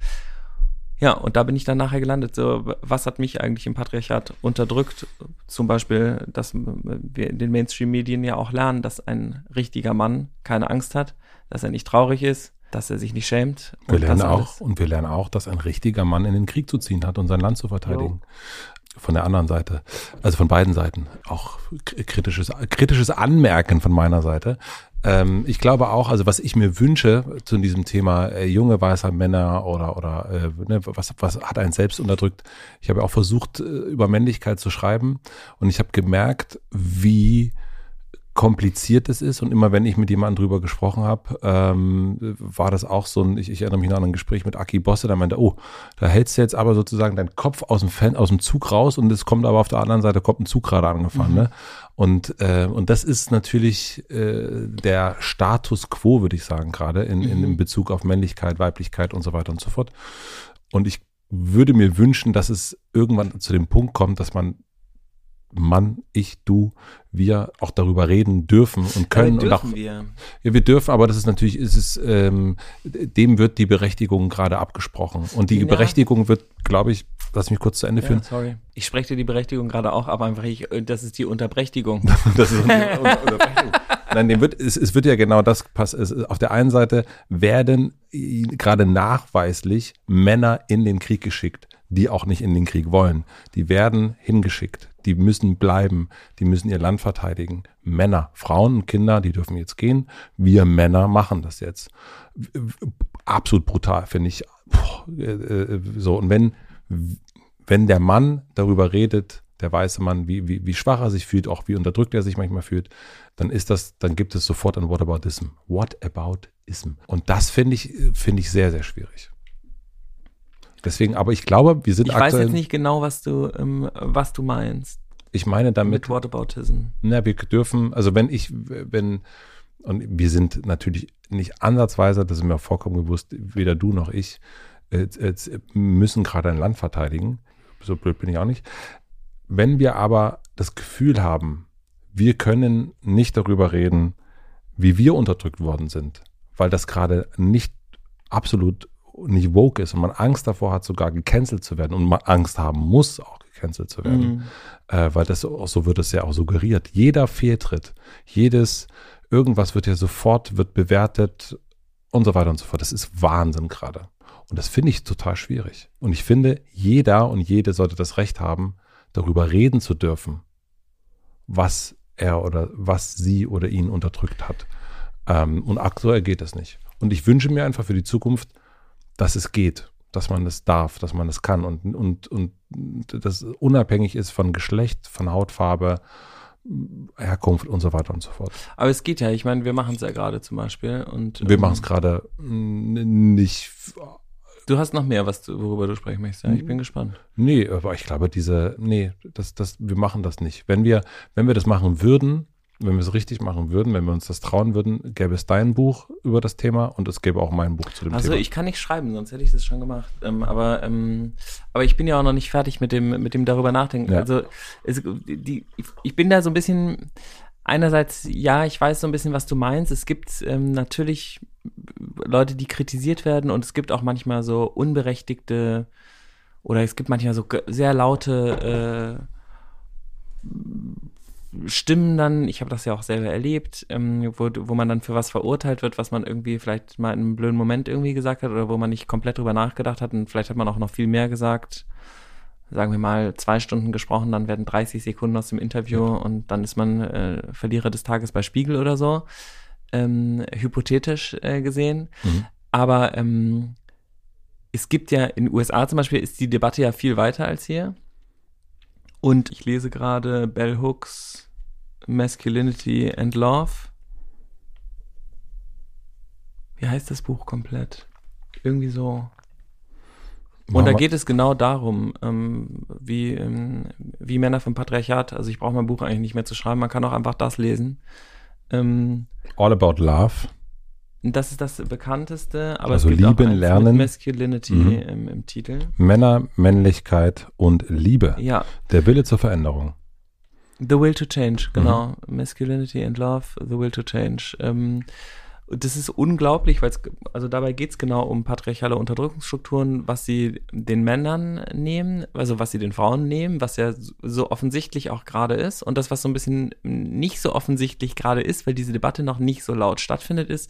Ja, und da bin ich dann nachher gelandet. So, was hat mich eigentlich im Patriarchat unterdrückt? Zum Beispiel, dass wir in den Mainstream-Medien ja auch lernen, dass ein richtiger Mann keine Angst hat, dass er nicht traurig ist, dass er sich nicht schämt. Wir und lernen das auch, alles. und wir lernen auch, dass ein richtiger Mann in den Krieg zu ziehen hat und sein Land zu verteidigen. Von der anderen Seite, also von beiden Seiten, auch kritisches, kritisches Anmerken von meiner Seite. Ähm, ich glaube auch, also was ich mir wünsche zu diesem Thema äh, junge weiße Männer oder oder äh, ne, was was hat einen selbst unterdrückt. Ich habe auch versucht, äh, über Männlichkeit zu schreiben, und ich habe gemerkt, wie kompliziert es ist, und immer wenn ich mit jemandem drüber gesprochen habe, ähm, war das auch so ein, ich, ich erinnere mich noch an ein Gespräch mit Aki Bosse, der meinte, oh, da hältst du jetzt aber sozusagen deinen Kopf aus dem Fan, aus dem Zug raus, und es kommt aber auf der anderen Seite, kommt ein Zug gerade angefahren, mhm. ne? Und, äh, und das ist natürlich äh, der Status quo, würde ich sagen, gerade in, in, in Bezug auf Männlichkeit, Weiblichkeit und so weiter und so fort. Und ich würde mir wünschen, dass es irgendwann zu dem Punkt kommt, dass man Mann, ich, du, wir auch darüber reden dürfen und können. Ja, dürfen und auch, wir. Ja, wir dürfen, aber das ist natürlich, ist es, ähm, dem wird die Berechtigung gerade abgesprochen. Und die ja. Berechtigung wird, glaube ich, lass mich kurz zu Ende ja, führen. Sorry. Ich spreche dir die Berechtigung gerade auch ab, einfach ich, das ist die Unterbrechtigung. Das ist die Unterbrechung. Nein, dem wird, es, es wird ja genau das passen. Auf der einen Seite werden gerade nachweislich Männer in den Krieg geschickt, die auch nicht in den Krieg wollen. Die werden hingeschickt. Die müssen bleiben. Die müssen ihr Land verteidigen. Männer, Frauen und Kinder, die dürfen jetzt gehen. Wir Männer machen das jetzt. Absolut brutal, finde ich. So, und wenn, wenn der Mann darüber redet, der weiße Mann, wie, wie, wie schwach er sich fühlt, auch wie unterdrückt er sich manchmal fühlt, dann ist das, dann gibt es sofort ein Whataboutism. Whataboutism. Und das finde ich, finde ich sehr, sehr schwierig. Deswegen, aber ich glaube, wir sind ich aktuell... Ich weiß jetzt nicht genau, was du, ähm, was du meinst. Ich meine damit... Mit Whataboutism. Na, wir dürfen, also wenn ich, wenn, und wir sind natürlich nicht ansatzweise, das ist mir auch vollkommen bewusst, weder du noch ich, äh, äh, müssen gerade ein Land verteidigen. So blöd bin ich auch nicht. Wenn wir aber das Gefühl haben, wir können nicht darüber reden, wie wir unterdrückt worden sind, weil das gerade nicht absolut nicht woke ist und man Angst davor hat, sogar gecancelt zu werden und man Angst haben muss, auch gecancelt zu werden, mhm. äh, weil das so wird es ja auch suggeriert. Jeder Fehltritt, jedes irgendwas wird ja sofort, wird bewertet und so weiter und so fort. Das ist Wahnsinn gerade. Und das finde ich total schwierig. Und ich finde, jeder und jede sollte das Recht haben, darüber reden zu dürfen, was er oder was sie oder ihn unterdrückt hat. Ähm, und aktuell geht es nicht. Und ich wünsche mir einfach für die Zukunft, dass es geht, dass man es darf, dass man es kann und, und, und das unabhängig ist von Geschlecht, von Hautfarbe, Herkunft und so weiter und so fort. Aber es geht ja, ich meine, wir machen es ja gerade zum Beispiel. Und wir ähm, machen es gerade nicht. Du hast noch mehr, was du, worüber du sprechen möchtest, ja? Ich bin gespannt. Nee, aber ich glaube, diese, nee, das, das, wir machen das nicht. Wenn wir, wenn wir das machen würden, wenn wir es richtig machen würden, wenn wir uns das trauen würden, gäbe es dein Buch über das Thema und es gäbe auch mein Buch zu dem also Thema. Also ich kann nicht schreiben, sonst hätte ich das schon gemacht. Ähm, aber, ähm, aber ich bin ja auch noch nicht fertig mit dem, mit dem darüber nachdenken. Ja. Also es, die, ich bin da so ein bisschen, einerseits, ja, ich weiß so ein bisschen, was du meinst. Es gibt ähm, natürlich Leute, die kritisiert werden und es gibt auch manchmal so unberechtigte oder es gibt manchmal so sehr laute äh, Stimmen dann, ich habe das ja auch selber erlebt, ähm, wo, wo man dann für was verurteilt wird, was man irgendwie vielleicht mal in einem blöden Moment irgendwie gesagt hat oder wo man nicht komplett drüber nachgedacht hat und vielleicht hat man auch noch viel mehr gesagt. Sagen wir mal zwei Stunden gesprochen, dann werden dreißig Sekunden aus dem Interview ja. und dann ist man äh, Verlierer des Tages bei Spiegel oder so, ähm, hypothetisch äh, gesehen. Mhm. Aber ähm, es gibt ja in den U S A zum Beispiel, ist die Debatte ja viel weiter als hier. Und ich lese gerade Bell Hooks Masculinity and Love. Wie heißt das Buch komplett? Irgendwie so. Und da geht es genau darum, ähm, wie, ähm, wie Männer vom Patriarchat, also ich brauche mein Buch eigentlich nicht mehr zu schreiben, man kann auch einfach das lesen. Ähm, All About Love. Das ist das bekannteste, aber also es gibt Lieben, auch eins Lernen. mit Masculinity mhm. im, im Titel. Männer, Männlichkeit und Liebe. Ja. Der Wille zur Veränderung. The Will to Change, genau. Mhm. Masculinity and Love, The Will to Change. Ähm, das ist unglaublich, weil es, also dabei geht es genau um patriarchale Unterdrückungsstrukturen, was sie den Männern nehmen, also was sie den Frauen nehmen, was ja so offensichtlich auch gerade ist. Und das, was so ein bisschen nicht so offensichtlich gerade ist, weil diese Debatte noch nicht so laut stattfindet, ist,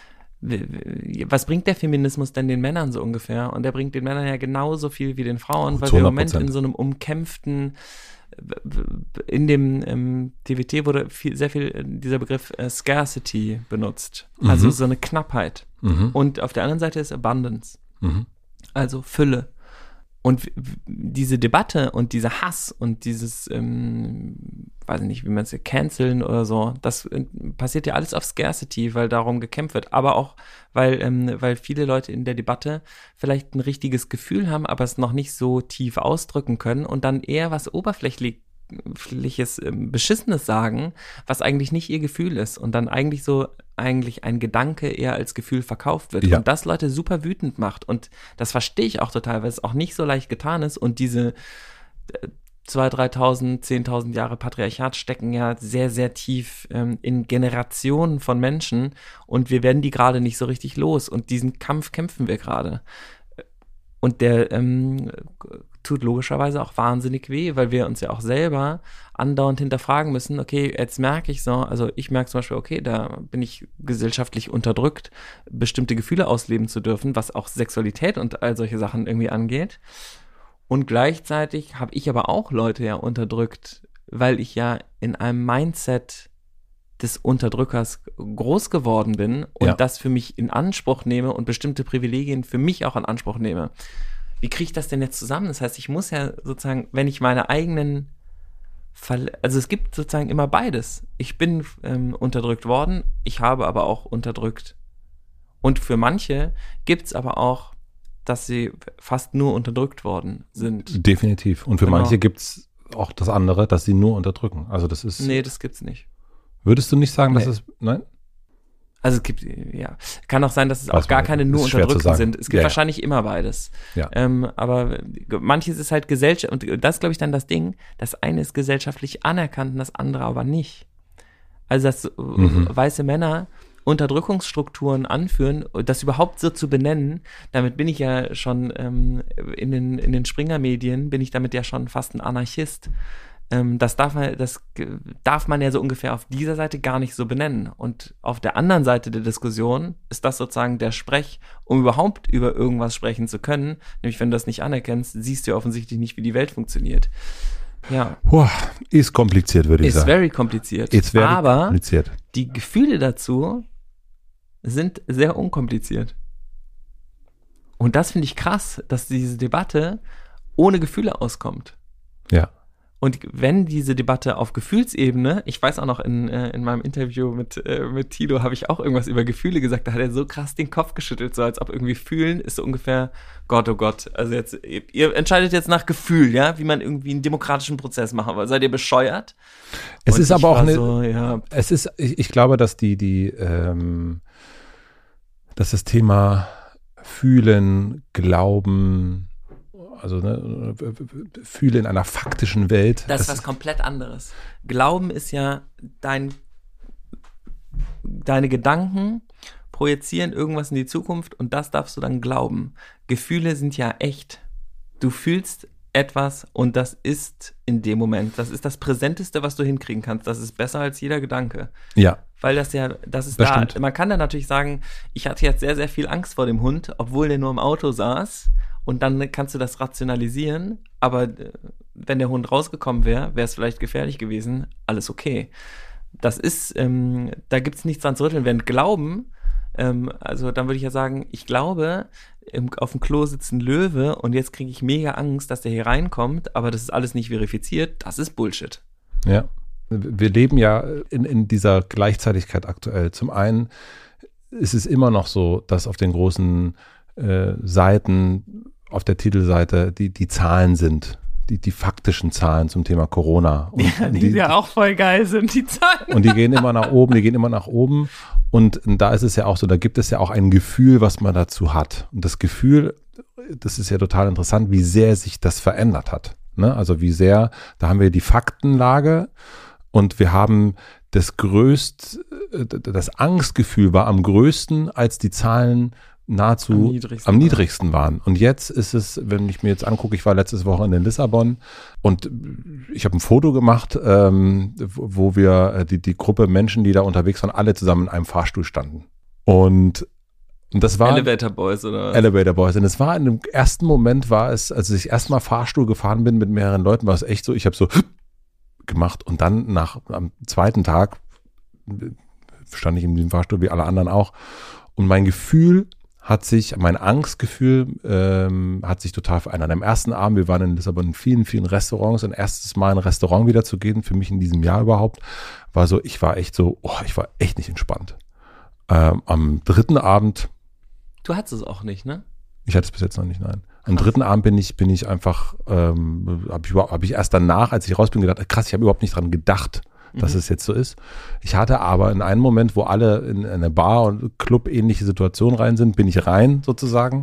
was bringt der Feminismus denn den Männern so ungefähr? Und der bringt den Männern ja genauso viel wie den Frauen, weil wir im Moment in so einem umkämpften, in dem ähm, D W T wurde viel, sehr viel dieser Begriff äh, Scarcity benutzt, mhm. also so eine Knappheit. Mhm. Und auf der anderen Seite ist Abundance, mhm. also Fülle. Und w- w- diese Debatte und dieser Hass und dieses, ähm, weiß ich nicht, wie man es canceln oder so, das äh, passiert ja alles auf Scarcity, weil darum gekämpft wird. Aber auch, weil, ähm, weil viele Leute in der Debatte vielleicht ein richtiges Gefühl haben, aber es noch nicht so tief ausdrücken können und dann eher was oberflächlich ähm, Beschissenes sagen, was eigentlich nicht ihr Gefühl ist und dann eigentlich so eigentlich ein Gedanke eher als Gefühl verkauft wird ja. und das Leute super wütend macht und das verstehe ich auch total, weil es auch nicht so leicht getan ist und diese äh, zweitausend, dreitausend, zehntausend Jahre Patriarchat stecken ja sehr, sehr tief ähm, in Generationen von Menschen und wir werden die gerade nicht so richtig los und diesen Kampf kämpfen wir gerade. Und der ähm, tut logischerweise auch wahnsinnig weh, weil wir uns ja auch selber andauernd hinterfragen müssen, okay, jetzt merke ich so, also ich merke zum Beispiel, okay, da bin ich gesellschaftlich unterdrückt, bestimmte Gefühle ausleben zu dürfen, was auch Sexualität und all solche Sachen irgendwie angeht. Und gleichzeitig habe ich aber auch Leute ja unterdrückt, weil ich ja in einem Mindset des Unterdrückers groß geworden bin und ja. das für mich in Anspruch nehme und bestimmte Privilegien für mich auch in Anspruch nehme. Wie kriege ich das denn jetzt zusammen? Das heißt, ich muss ja sozusagen, wenn ich meine eigenen, Verle- also es gibt sozusagen immer beides. Ich bin ähm, unterdrückt worden, ich habe aber auch unterdrückt. Und für manche gibt es aber auch, dass sie fast nur unterdrückt worden sind. Definitiv. Und für genau. manche gibt es auch das andere, dass sie nur unterdrücken. Also das ist. Nee, das gibt's nicht. Würdest du nicht sagen, nee. dass es, nein? Also es gibt, ja, kann auch sein, dass es Weiß auch gar keine nur Unterdrückten sind. Es gibt ja, wahrscheinlich ja. immer beides. Ja. Ähm, aber manches ist halt Gesellschaft, und das ist, glaube ich, dann das Ding, das eine ist gesellschaftlich anerkannt und das andere aber nicht. Also dass mhm. weiße Männer Unterdrückungsstrukturen anführen, das überhaupt so zu benennen, damit bin ich ja schon ähm, in den, in den Springer-Medien, bin ich damit ja schon fast ein Anarchist. Das darf man, das darf man ja so ungefähr auf dieser Seite gar nicht so benennen. Und auf der anderen Seite der Diskussion ist das sozusagen der Sprech, um überhaupt über irgendwas sprechen zu können. Nämlich, wenn du das nicht anerkennst, siehst du ja offensichtlich nicht, wie die Welt funktioniert. Ja. Boah, ist kompliziert, würde ich ist sagen. Ist very kompliziert. It's very Aber kompliziert. Die Gefühle dazu sind sehr unkompliziert. Und das finde ich krass, dass diese Debatte ohne Gefühle auskommt. Ja. Und wenn diese Debatte auf Gefühlsebene, ich weiß auch noch, in, äh, in meinem Interview mit, äh, mit Tilo habe ich auch irgendwas über Gefühle gesagt, da hat er so krass den Kopf geschüttelt, so als ob irgendwie fühlen ist so ungefähr, Gott, oh Gott, also jetzt, ihr, ihr entscheidet jetzt nach Gefühl, ja, wie man irgendwie einen demokratischen Prozess machen will. Seid ihr bescheuert? Es Und ist aber auch eine, so, ja. es ist, ich, ich glaube, dass die, die, ähm, dass das Thema Fühlen, Glauben, also ne, fühle in einer faktischen Welt. Das ist was komplett anderes. Glauben ist ja dein, deine Gedanken projizieren irgendwas in die Zukunft und das darfst du dann glauben. Gefühle sind ja echt. Du fühlst etwas und das ist in dem Moment, das ist das Präsenteste, was du hinkriegen kannst. Das ist besser als jeder Gedanke. Ja. Weil das ja, das ist das da, stimmt. Man kann dann natürlich sagen, ich hatte jetzt sehr, sehr viel Angst vor dem Hund, obwohl der nur im Auto saß und dann kannst du das rationalisieren, aber wenn der Hund rausgekommen wäre, wäre es vielleicht gefährlich gewesen, alles okay. Das ist, ähm, da gibt's nichts dran zu rütteln. Wenn Glauben, ähm, also dann würde ich ja sagen, ich glaube, im, auf dem Klo sitzt ein Löwe und jetzt kriege ich mega Angst, dass der hier reinkommt, aber das ist alles nicht verifiziert, das ist Bullshit. Ja. Wir leben ja in, in dieser Gleichzeitigkeit aktuell. Zum einen ist es immer noch so, dass auf den großen äh, Seiten, auf der Titelseite, die, die Zahlen sind, die, die faktischen Zahlen zum Thema Corona. Und ja, die, die ja auch voll geil sind, die Zahlen. Und die gehen immer nach oben, die gehen immer nach oben. Und da ist es ja auch so, da gibt es ja auch ein Gefühl, was man dazu hat. Und das Gefühl, das ist ja total interessant, wie sehr sich das verändert hat. Ne? Also wie sehr, da haben wir die Faktenlage. Und wir haben das größte, das Angstgefühl war am größten, als die Zahlen nahezu am niedrigsten, am niedrigsten waren. Und jetzt ist es, wenn ich mir jetzt angucke, ich war letztes Wochenende in Lissabon und ich habe ein Foto gemacht, ähm, wo wir die, die Gruppe Menschen, die da unterwegs waren, alle zusammen in einem Fahrstuhl standen. Und Und das war Elevator Boys oder was? Elevator Boys. Und es war in dem ersten Moment war es, als ich erstmal Fahrstuhl gefahren bin mit mehreren Leuten, war es echt so, ich habe so gemacht und dann nach am zweiten Tag stand ich in diesem Fahrstuhl wie alle anderen auch und mein Gefühl hat sich, mein Angstgefühl ähm, hat sich total verändert. Am ersten Abend, wir waren in Lissabon in vielen, vielen Restaurants, ein erstes Mal in ein Restaurant wieder zu gehen, für mich in diesem Jahr überhaupt, war so, ich war echt so, oh, ich war echt nicht entspannt. Ähm, am dritten Abend Du hattest es auch nicht, ne? Ich hatte es bis jetzt noch nicht, nein. Am krass. dritten Abend bin ich, bin ich einfach, ähm, habe ich, hab ich erst danach, als ich raus bin, gedacht, krass, ich habe überhaupt nicht dran gedacht, dass mhm. es jetzt so ist. Ich hatte aber in einem Moment, wo alle in eine Bar- und Club-ähnliche Situation rein sind, bin ich rein sozusagen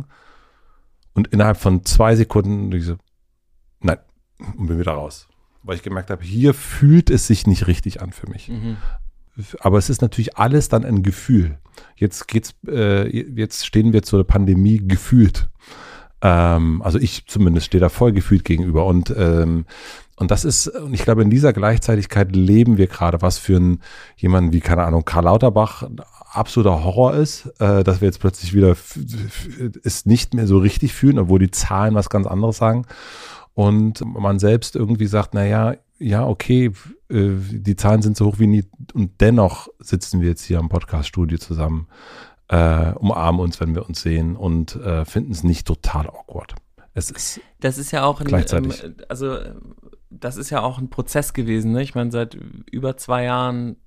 und innerhalb von zwei Sekunden ich so, nein, und bin wieder raus. Weil ich gemerkt habe, hier fühlt es sich nicht richtig an für mich. Mhm. Aber es ist natürlich alles dann ein Gefühl. Jetzt geht's, äh, jetzt stehen wir zur Pandemie gefühlt. Ähm, also ich zumindest stehe da voll gefühlt gegenüber. Und, ähm, und das ist, und ich glaube, in dieser Gleichzeitigkeit leben wir gerade, was für einen, jemanden wie, keine Ahnung, Karl Lauterbach ein absoluter Horror ist, äh, dass wir jetzt plötzlich wieder f- f- es nicht mehr so richtig fühlen, obwohl die Zahlen was ganz anderes sagen. Und man selbst irgendwie sagt, naja, ja, okay, äh, die Zahlen sind so hoch wie nie und dennoch sitzen wir jetzt hier am Podcast-Studio zusammen, äh, umarmen uns, wenn wir uns sehen und äh, finden es nicht total awkward. Es ist das ist ja auch ein, gleichzeitig. Ähm, also das ist ja auch ein Prozess gewesen, ne? Ich meine, seit über zwei Jahren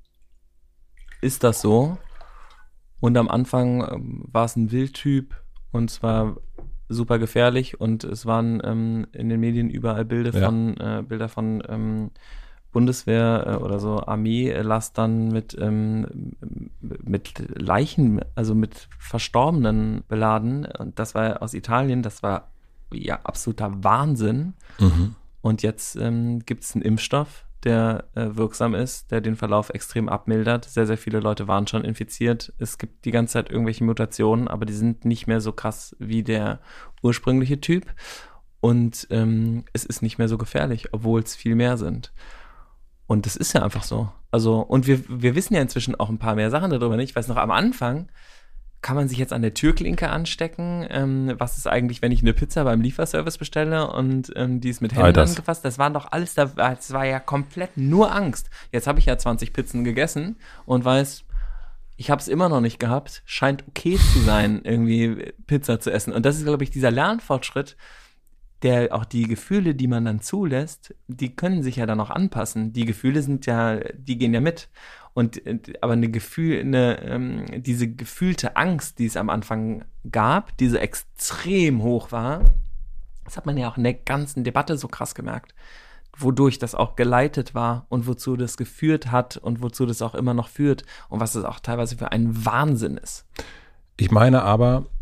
ist das so und am Anfang ähm, war es ein Wildtyp und zwar super gefährlich und es waren ähm, in den Medien überall Bilder Ja. von äh, Bilder von ähm, Bundeswehr äh, oder so Armeelastern mit ähm, mit Leichen, also mit Verstorbenen beladen und das war aus Italien, das war ja absoluter Wahnsinn. Mhm. Und jetzt ähm, gibt es einen Impfstoff, der äh, wirksam ist, der den Verlauf extrem abmildert. Sehr, sehr viele Leute waren schon infiziert. Es gibt die ganze Zeit irgendwelche Mutationen, aber die sind nicht mehr so krass wie der ursprüngliche Typ. Und ähm, es ist nicht mehr so gefährlich, obwohl es viel mehr sind. Und das ist ja einfach so. Also, und wir, wir wissen ja inzwischen auch ein paar mehr Sachen darüber nicht. Ich weiß noch, am Anfang kann man sich jetzt an der Türklinke anstecken? Ähm, was ist eigentlich, wenn ich eine Pizza beim Lieferservice bestelle und ähm, die ist mit Händen das. angefasst? Das waren doch alles, das war ja komplett nur Angst. Jetzt habe ich ja zwanzig Pizzen gegessen und weiß, ich habe es immer noch nicht gehabt. Scheint okay zu sein, irgendwie Pizza zu essen. Und das ist, glaube ich, dieser Lernfortschritt, der auch die Gefühle, die man dann zulässt, die können sich ja dann auch anpassen. Die Gefühle sind ja, die gehen ja mit. Und aber eine Gefühl, eine ähm, diese gefühlte Angst, die es am Anfang gab, die so extrem hoch war, das hat man ja auch in der ganzen Debatte so krass gemerkt, wodurch das auch geleitet war und wozu das geführt hat und wozu das auch immer noch führt und was das auch teilweise für ein Wahnsinn ist. Ich meine aber,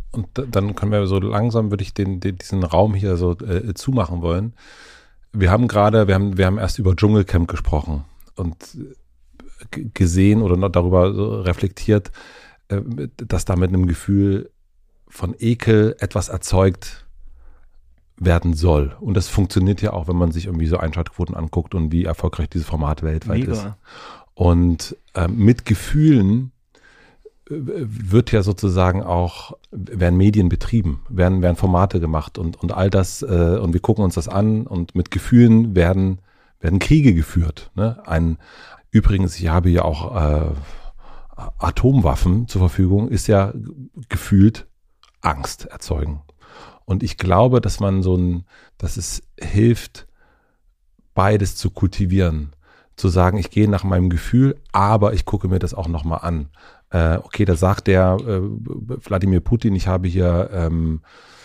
und dann können wir so langsam, würde ich den, den diesen Raum hier so äh, zumachen wollen. Wir haben gerade, wir haben, wir haben erst über Dschungelcamp gesprochen und g- gesehen oder noch darüber so reflektiert, äh, dass da mit einem Gefühl von Ekel etwas erzeugt werden soll. Und das funktioniert ja auch, wenn man sich irgendwie so Einschaltquoten anguckt und wie erfolgreich dieses Format weltweit Mega. ist. Und äh, mit Gefühlen wird ja sozusagen auch, werden Medien betrieben, werden, werden Formate gemacht und, und all das, äh, und wir gucken uns das an und mit Gefühlen werden, werden Kriege geführt. Ne? Ein, übrigens, ich habe ja auch äh, Atomwaffen zur Verfügung, ist ja gefühlt Angst erzeugen. Und ich glaube, dass man so ein, dass es hilft, beides zu kultivieren. Zu sagen, ich gehe nach meinem Gefühl, aber ich gucke mir das auch nochmal an. Äh, okay, da sagt der äh, Wladimir Putin, ich habe hier ähm,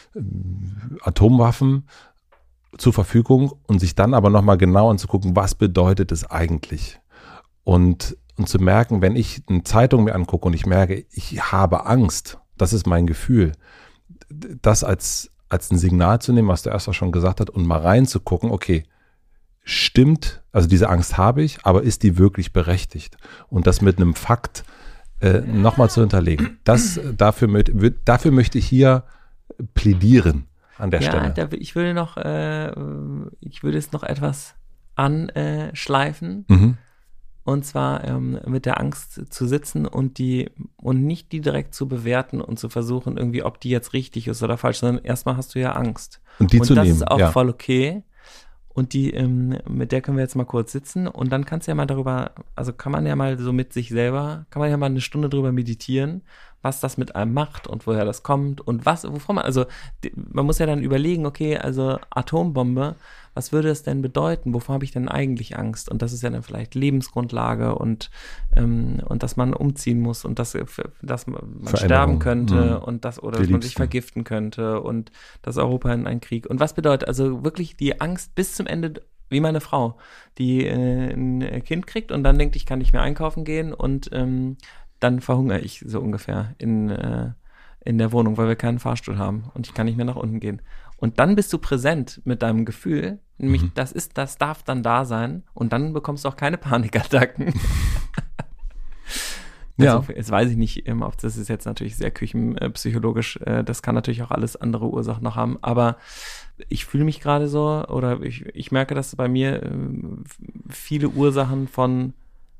Atomwaffen zur Verfügung und sich dann aber nochmal genau anzugucken, was bedeutet es eigentlich? Und, und zu merken, wenn ich eine Zeitung mir angucke und ich merke, ich habe Angst, das ist mein Gefühl, das als, als ein Signal zu nehmen, was der erst schon gesagt hat, und mal reinzugucken, okay, stimmt, also diese Angst habe ich, aber ist die wirklich berechtigt? Und das mit einem Fakt äh, nochmal zu hinterlegen. Das, dafür, mö- dafür möchte ich hier plädieren an der ja, Stelle. Da, ich würde noch, äh, ich würde es noch etwas anschleifen. Mhm. Und zwar ähm, mit der Angst zu sitzen und die und nicht die direkt zu bewerten und zu versuchen, irgendwie, ob die jetzt richtig ist oder falsch, sondern erstmal hast du ja Angst. Und die und zu das nehmen, ist auch ja. voll okay. Und die, ähm, mit der können wir jetzt mal kurz sitzen und dann kannst du ja mal darüber, also kann man ja mal so mit sich selber, kann man ja mal eine Stunde drüber meditieren, was das mit einem macht und woher das kommt und was, wovon man, also die, man muss ja dann überlegen, okay, also Atombombe, was würde es denn bedeuten? Wovor habe ich denn eigentlich Angst? Und das ist ja dann vielleicht Lebensgrundlage und, ähm, und dass man umziehen muss und dass, dass man sterben könnte mhm. und das, oder Die dass man sich Liebsten. vergiften könnte und dass Europa in einen Krieg. Und was bedeutet also wirklich die Angst bis zum Ende, wie meine Frau, die äh, ein Kind kriegt und dann denkt, ich kann nicht mehr einkaufen gehen und ähm, dann verhungere ich so ungefähr in, äh, in der Wohnung, weil wir keinen Fahrstuhl haben und ich kann nicht mehr nach unten gehen. Und dann bist du präsent mit deinem Gefühl, nämlich Mhm. das ist, das darf dann da sein und dann bekommst du auch keine Panikattacken. Ja. Also, jetzt weiß ich nicht, ob das ist jetzt natürlich sehr küchenpsychologisch, das kann natürlich auch alles andere Ursachen noch haben, aber ich fühle mich gerade so oder ich, ich merke, dass bei mir viele Ursachen von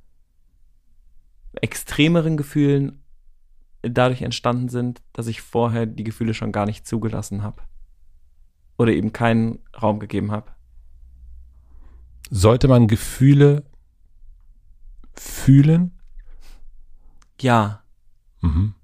extremeren Gefühlen dadurch entstanden sind, dass ich vorher die Gefühle schon gar nicht zugelassen habe. Oder eben keinen Raum gegeben habe. Sollte man Gefühle fühlen? Ja. Mhm.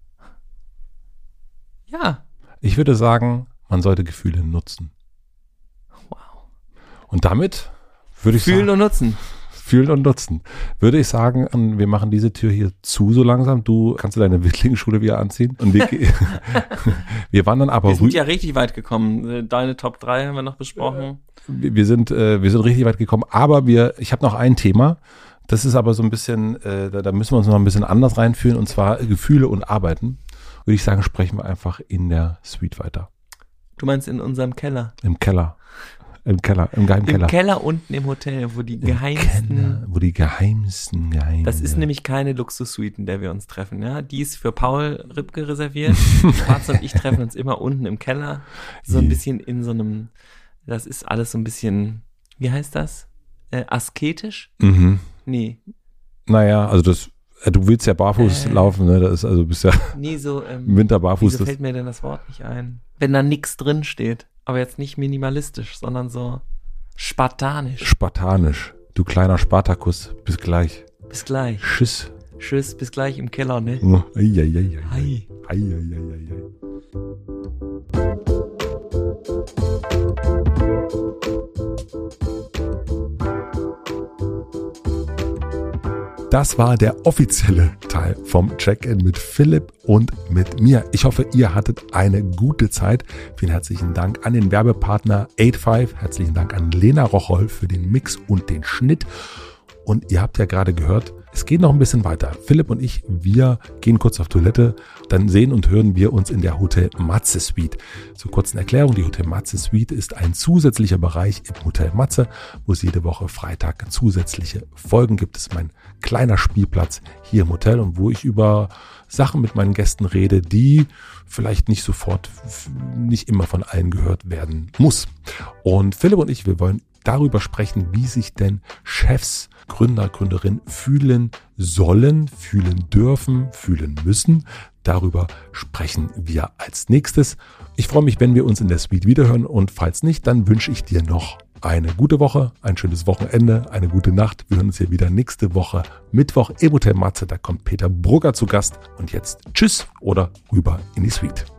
Ja. Ich würde sagen, man sollte Gefühle nutzen. Wow. Und damit würde ich Fühlen sagen, und nutzen. fühlen und nutzen. Würde ich sagen, wir machen diese Tür hier zu so langsam. Du kannst du deine Wittlingsschule wieder anziehen. Und wir, wir wandern aber Wir sind rüber. ja richtig weit gekommen. Deine Top drei haben wir noch besprochen. Wir, wir sind, äh, wir sind richtig weit gekommen. Aber wir, ich habe noch ein Thema. Das ist aber so ein bisschen, äh, da, da müssen wir uns noch ein bisschen anders reinfühlen. Und zwar Gefühle und Arbeiten. Würde ich sagen, sprechen wir einfach in der Suite weiter. Du meinst in unserem Keller? Im Keller. Im Keller, im geheimen Im Keller. Keller unten im Hotel, wo die Im geheimsten... Keller, wo die geheimsten Geheimnisse. Das ist nämlich keine Luxussuite, in der wir uns treffen. Ja? Die ist für Paul Ripke reserviert. Schwarz und ich treffen uns immer unten im Keller. So ein Je. bisschen in so einem... Das ist alles so ein bisschen... Wie heißt das? Äh, asketisch? Mhm. Nee. Naja, also das, äh, du willst ja barfuß Äh. laufen, ne? Das ist also bist ja Nee, so... Ähm, im Winter barfuß. wieso Das, fällt mir denn das Wort nicht ein? Wenn da nichts drin steht. Aber jetzt nicht minimalistisch, sondern so spartanisch. spartanisch. Du kleiner Spartakus, bis gleich. Bis gleich. Tschüss. Tschüss, bis gleich im Keller, ne? Oh, ei, ei, ei, ei. Hi. Ei, ei, ei, ei, ei. Das war der offizielle Teil vom Check-in mit Philipp und mit mir. Ich hoffe, ihr hattet eine gute Zeit. Vielen herzlichen Dank an den Werbepartner fünfundachtzig. Herzlichen Dank an Lena Rocholl für den Mix und den Schnitt. Und ihr habt ja gerade gehört, Es geht noch ein bisschen weiter. Philipp und ich, wir gehen kurz auf Toilette, dann sehen und hören wir uns in der Hotel Matze Suite. Zur kurzen Erklärung, die Hotel Matze Suite ist ein zusätzlicher Bereich im Hotel Matze, wo es jede Woche Freitag zusätzliche Folgen gibt. Es ist mein kleiner Spielplatz hier im Hotel und wo ich über Sachen mit meinen Gästen rede, die vielleicht nicht sofort, nicht immer von allen gehört werden muss. Und Philipp und ich, wir wollen darüber sprechen, wie sich denn Chefs, Gründer, Gründerinnen fühlen sollen, fühlen dürfen, fühlen müssen. Darüber sprechen wir als nächstes. Ich freue mich, wenn wir uns in der Suite wiederhören und falls nicht, dann wünsche ich dir noch eine gute Woche, ein schönes Wochenende, eine gute Nacht. Wir hören uns hier wieder nächste Woche Mittwoch im Hotel Matze. Da kommt Peter Brugger zu Gast. Und jetzt tschüss oder rüber in die Suite.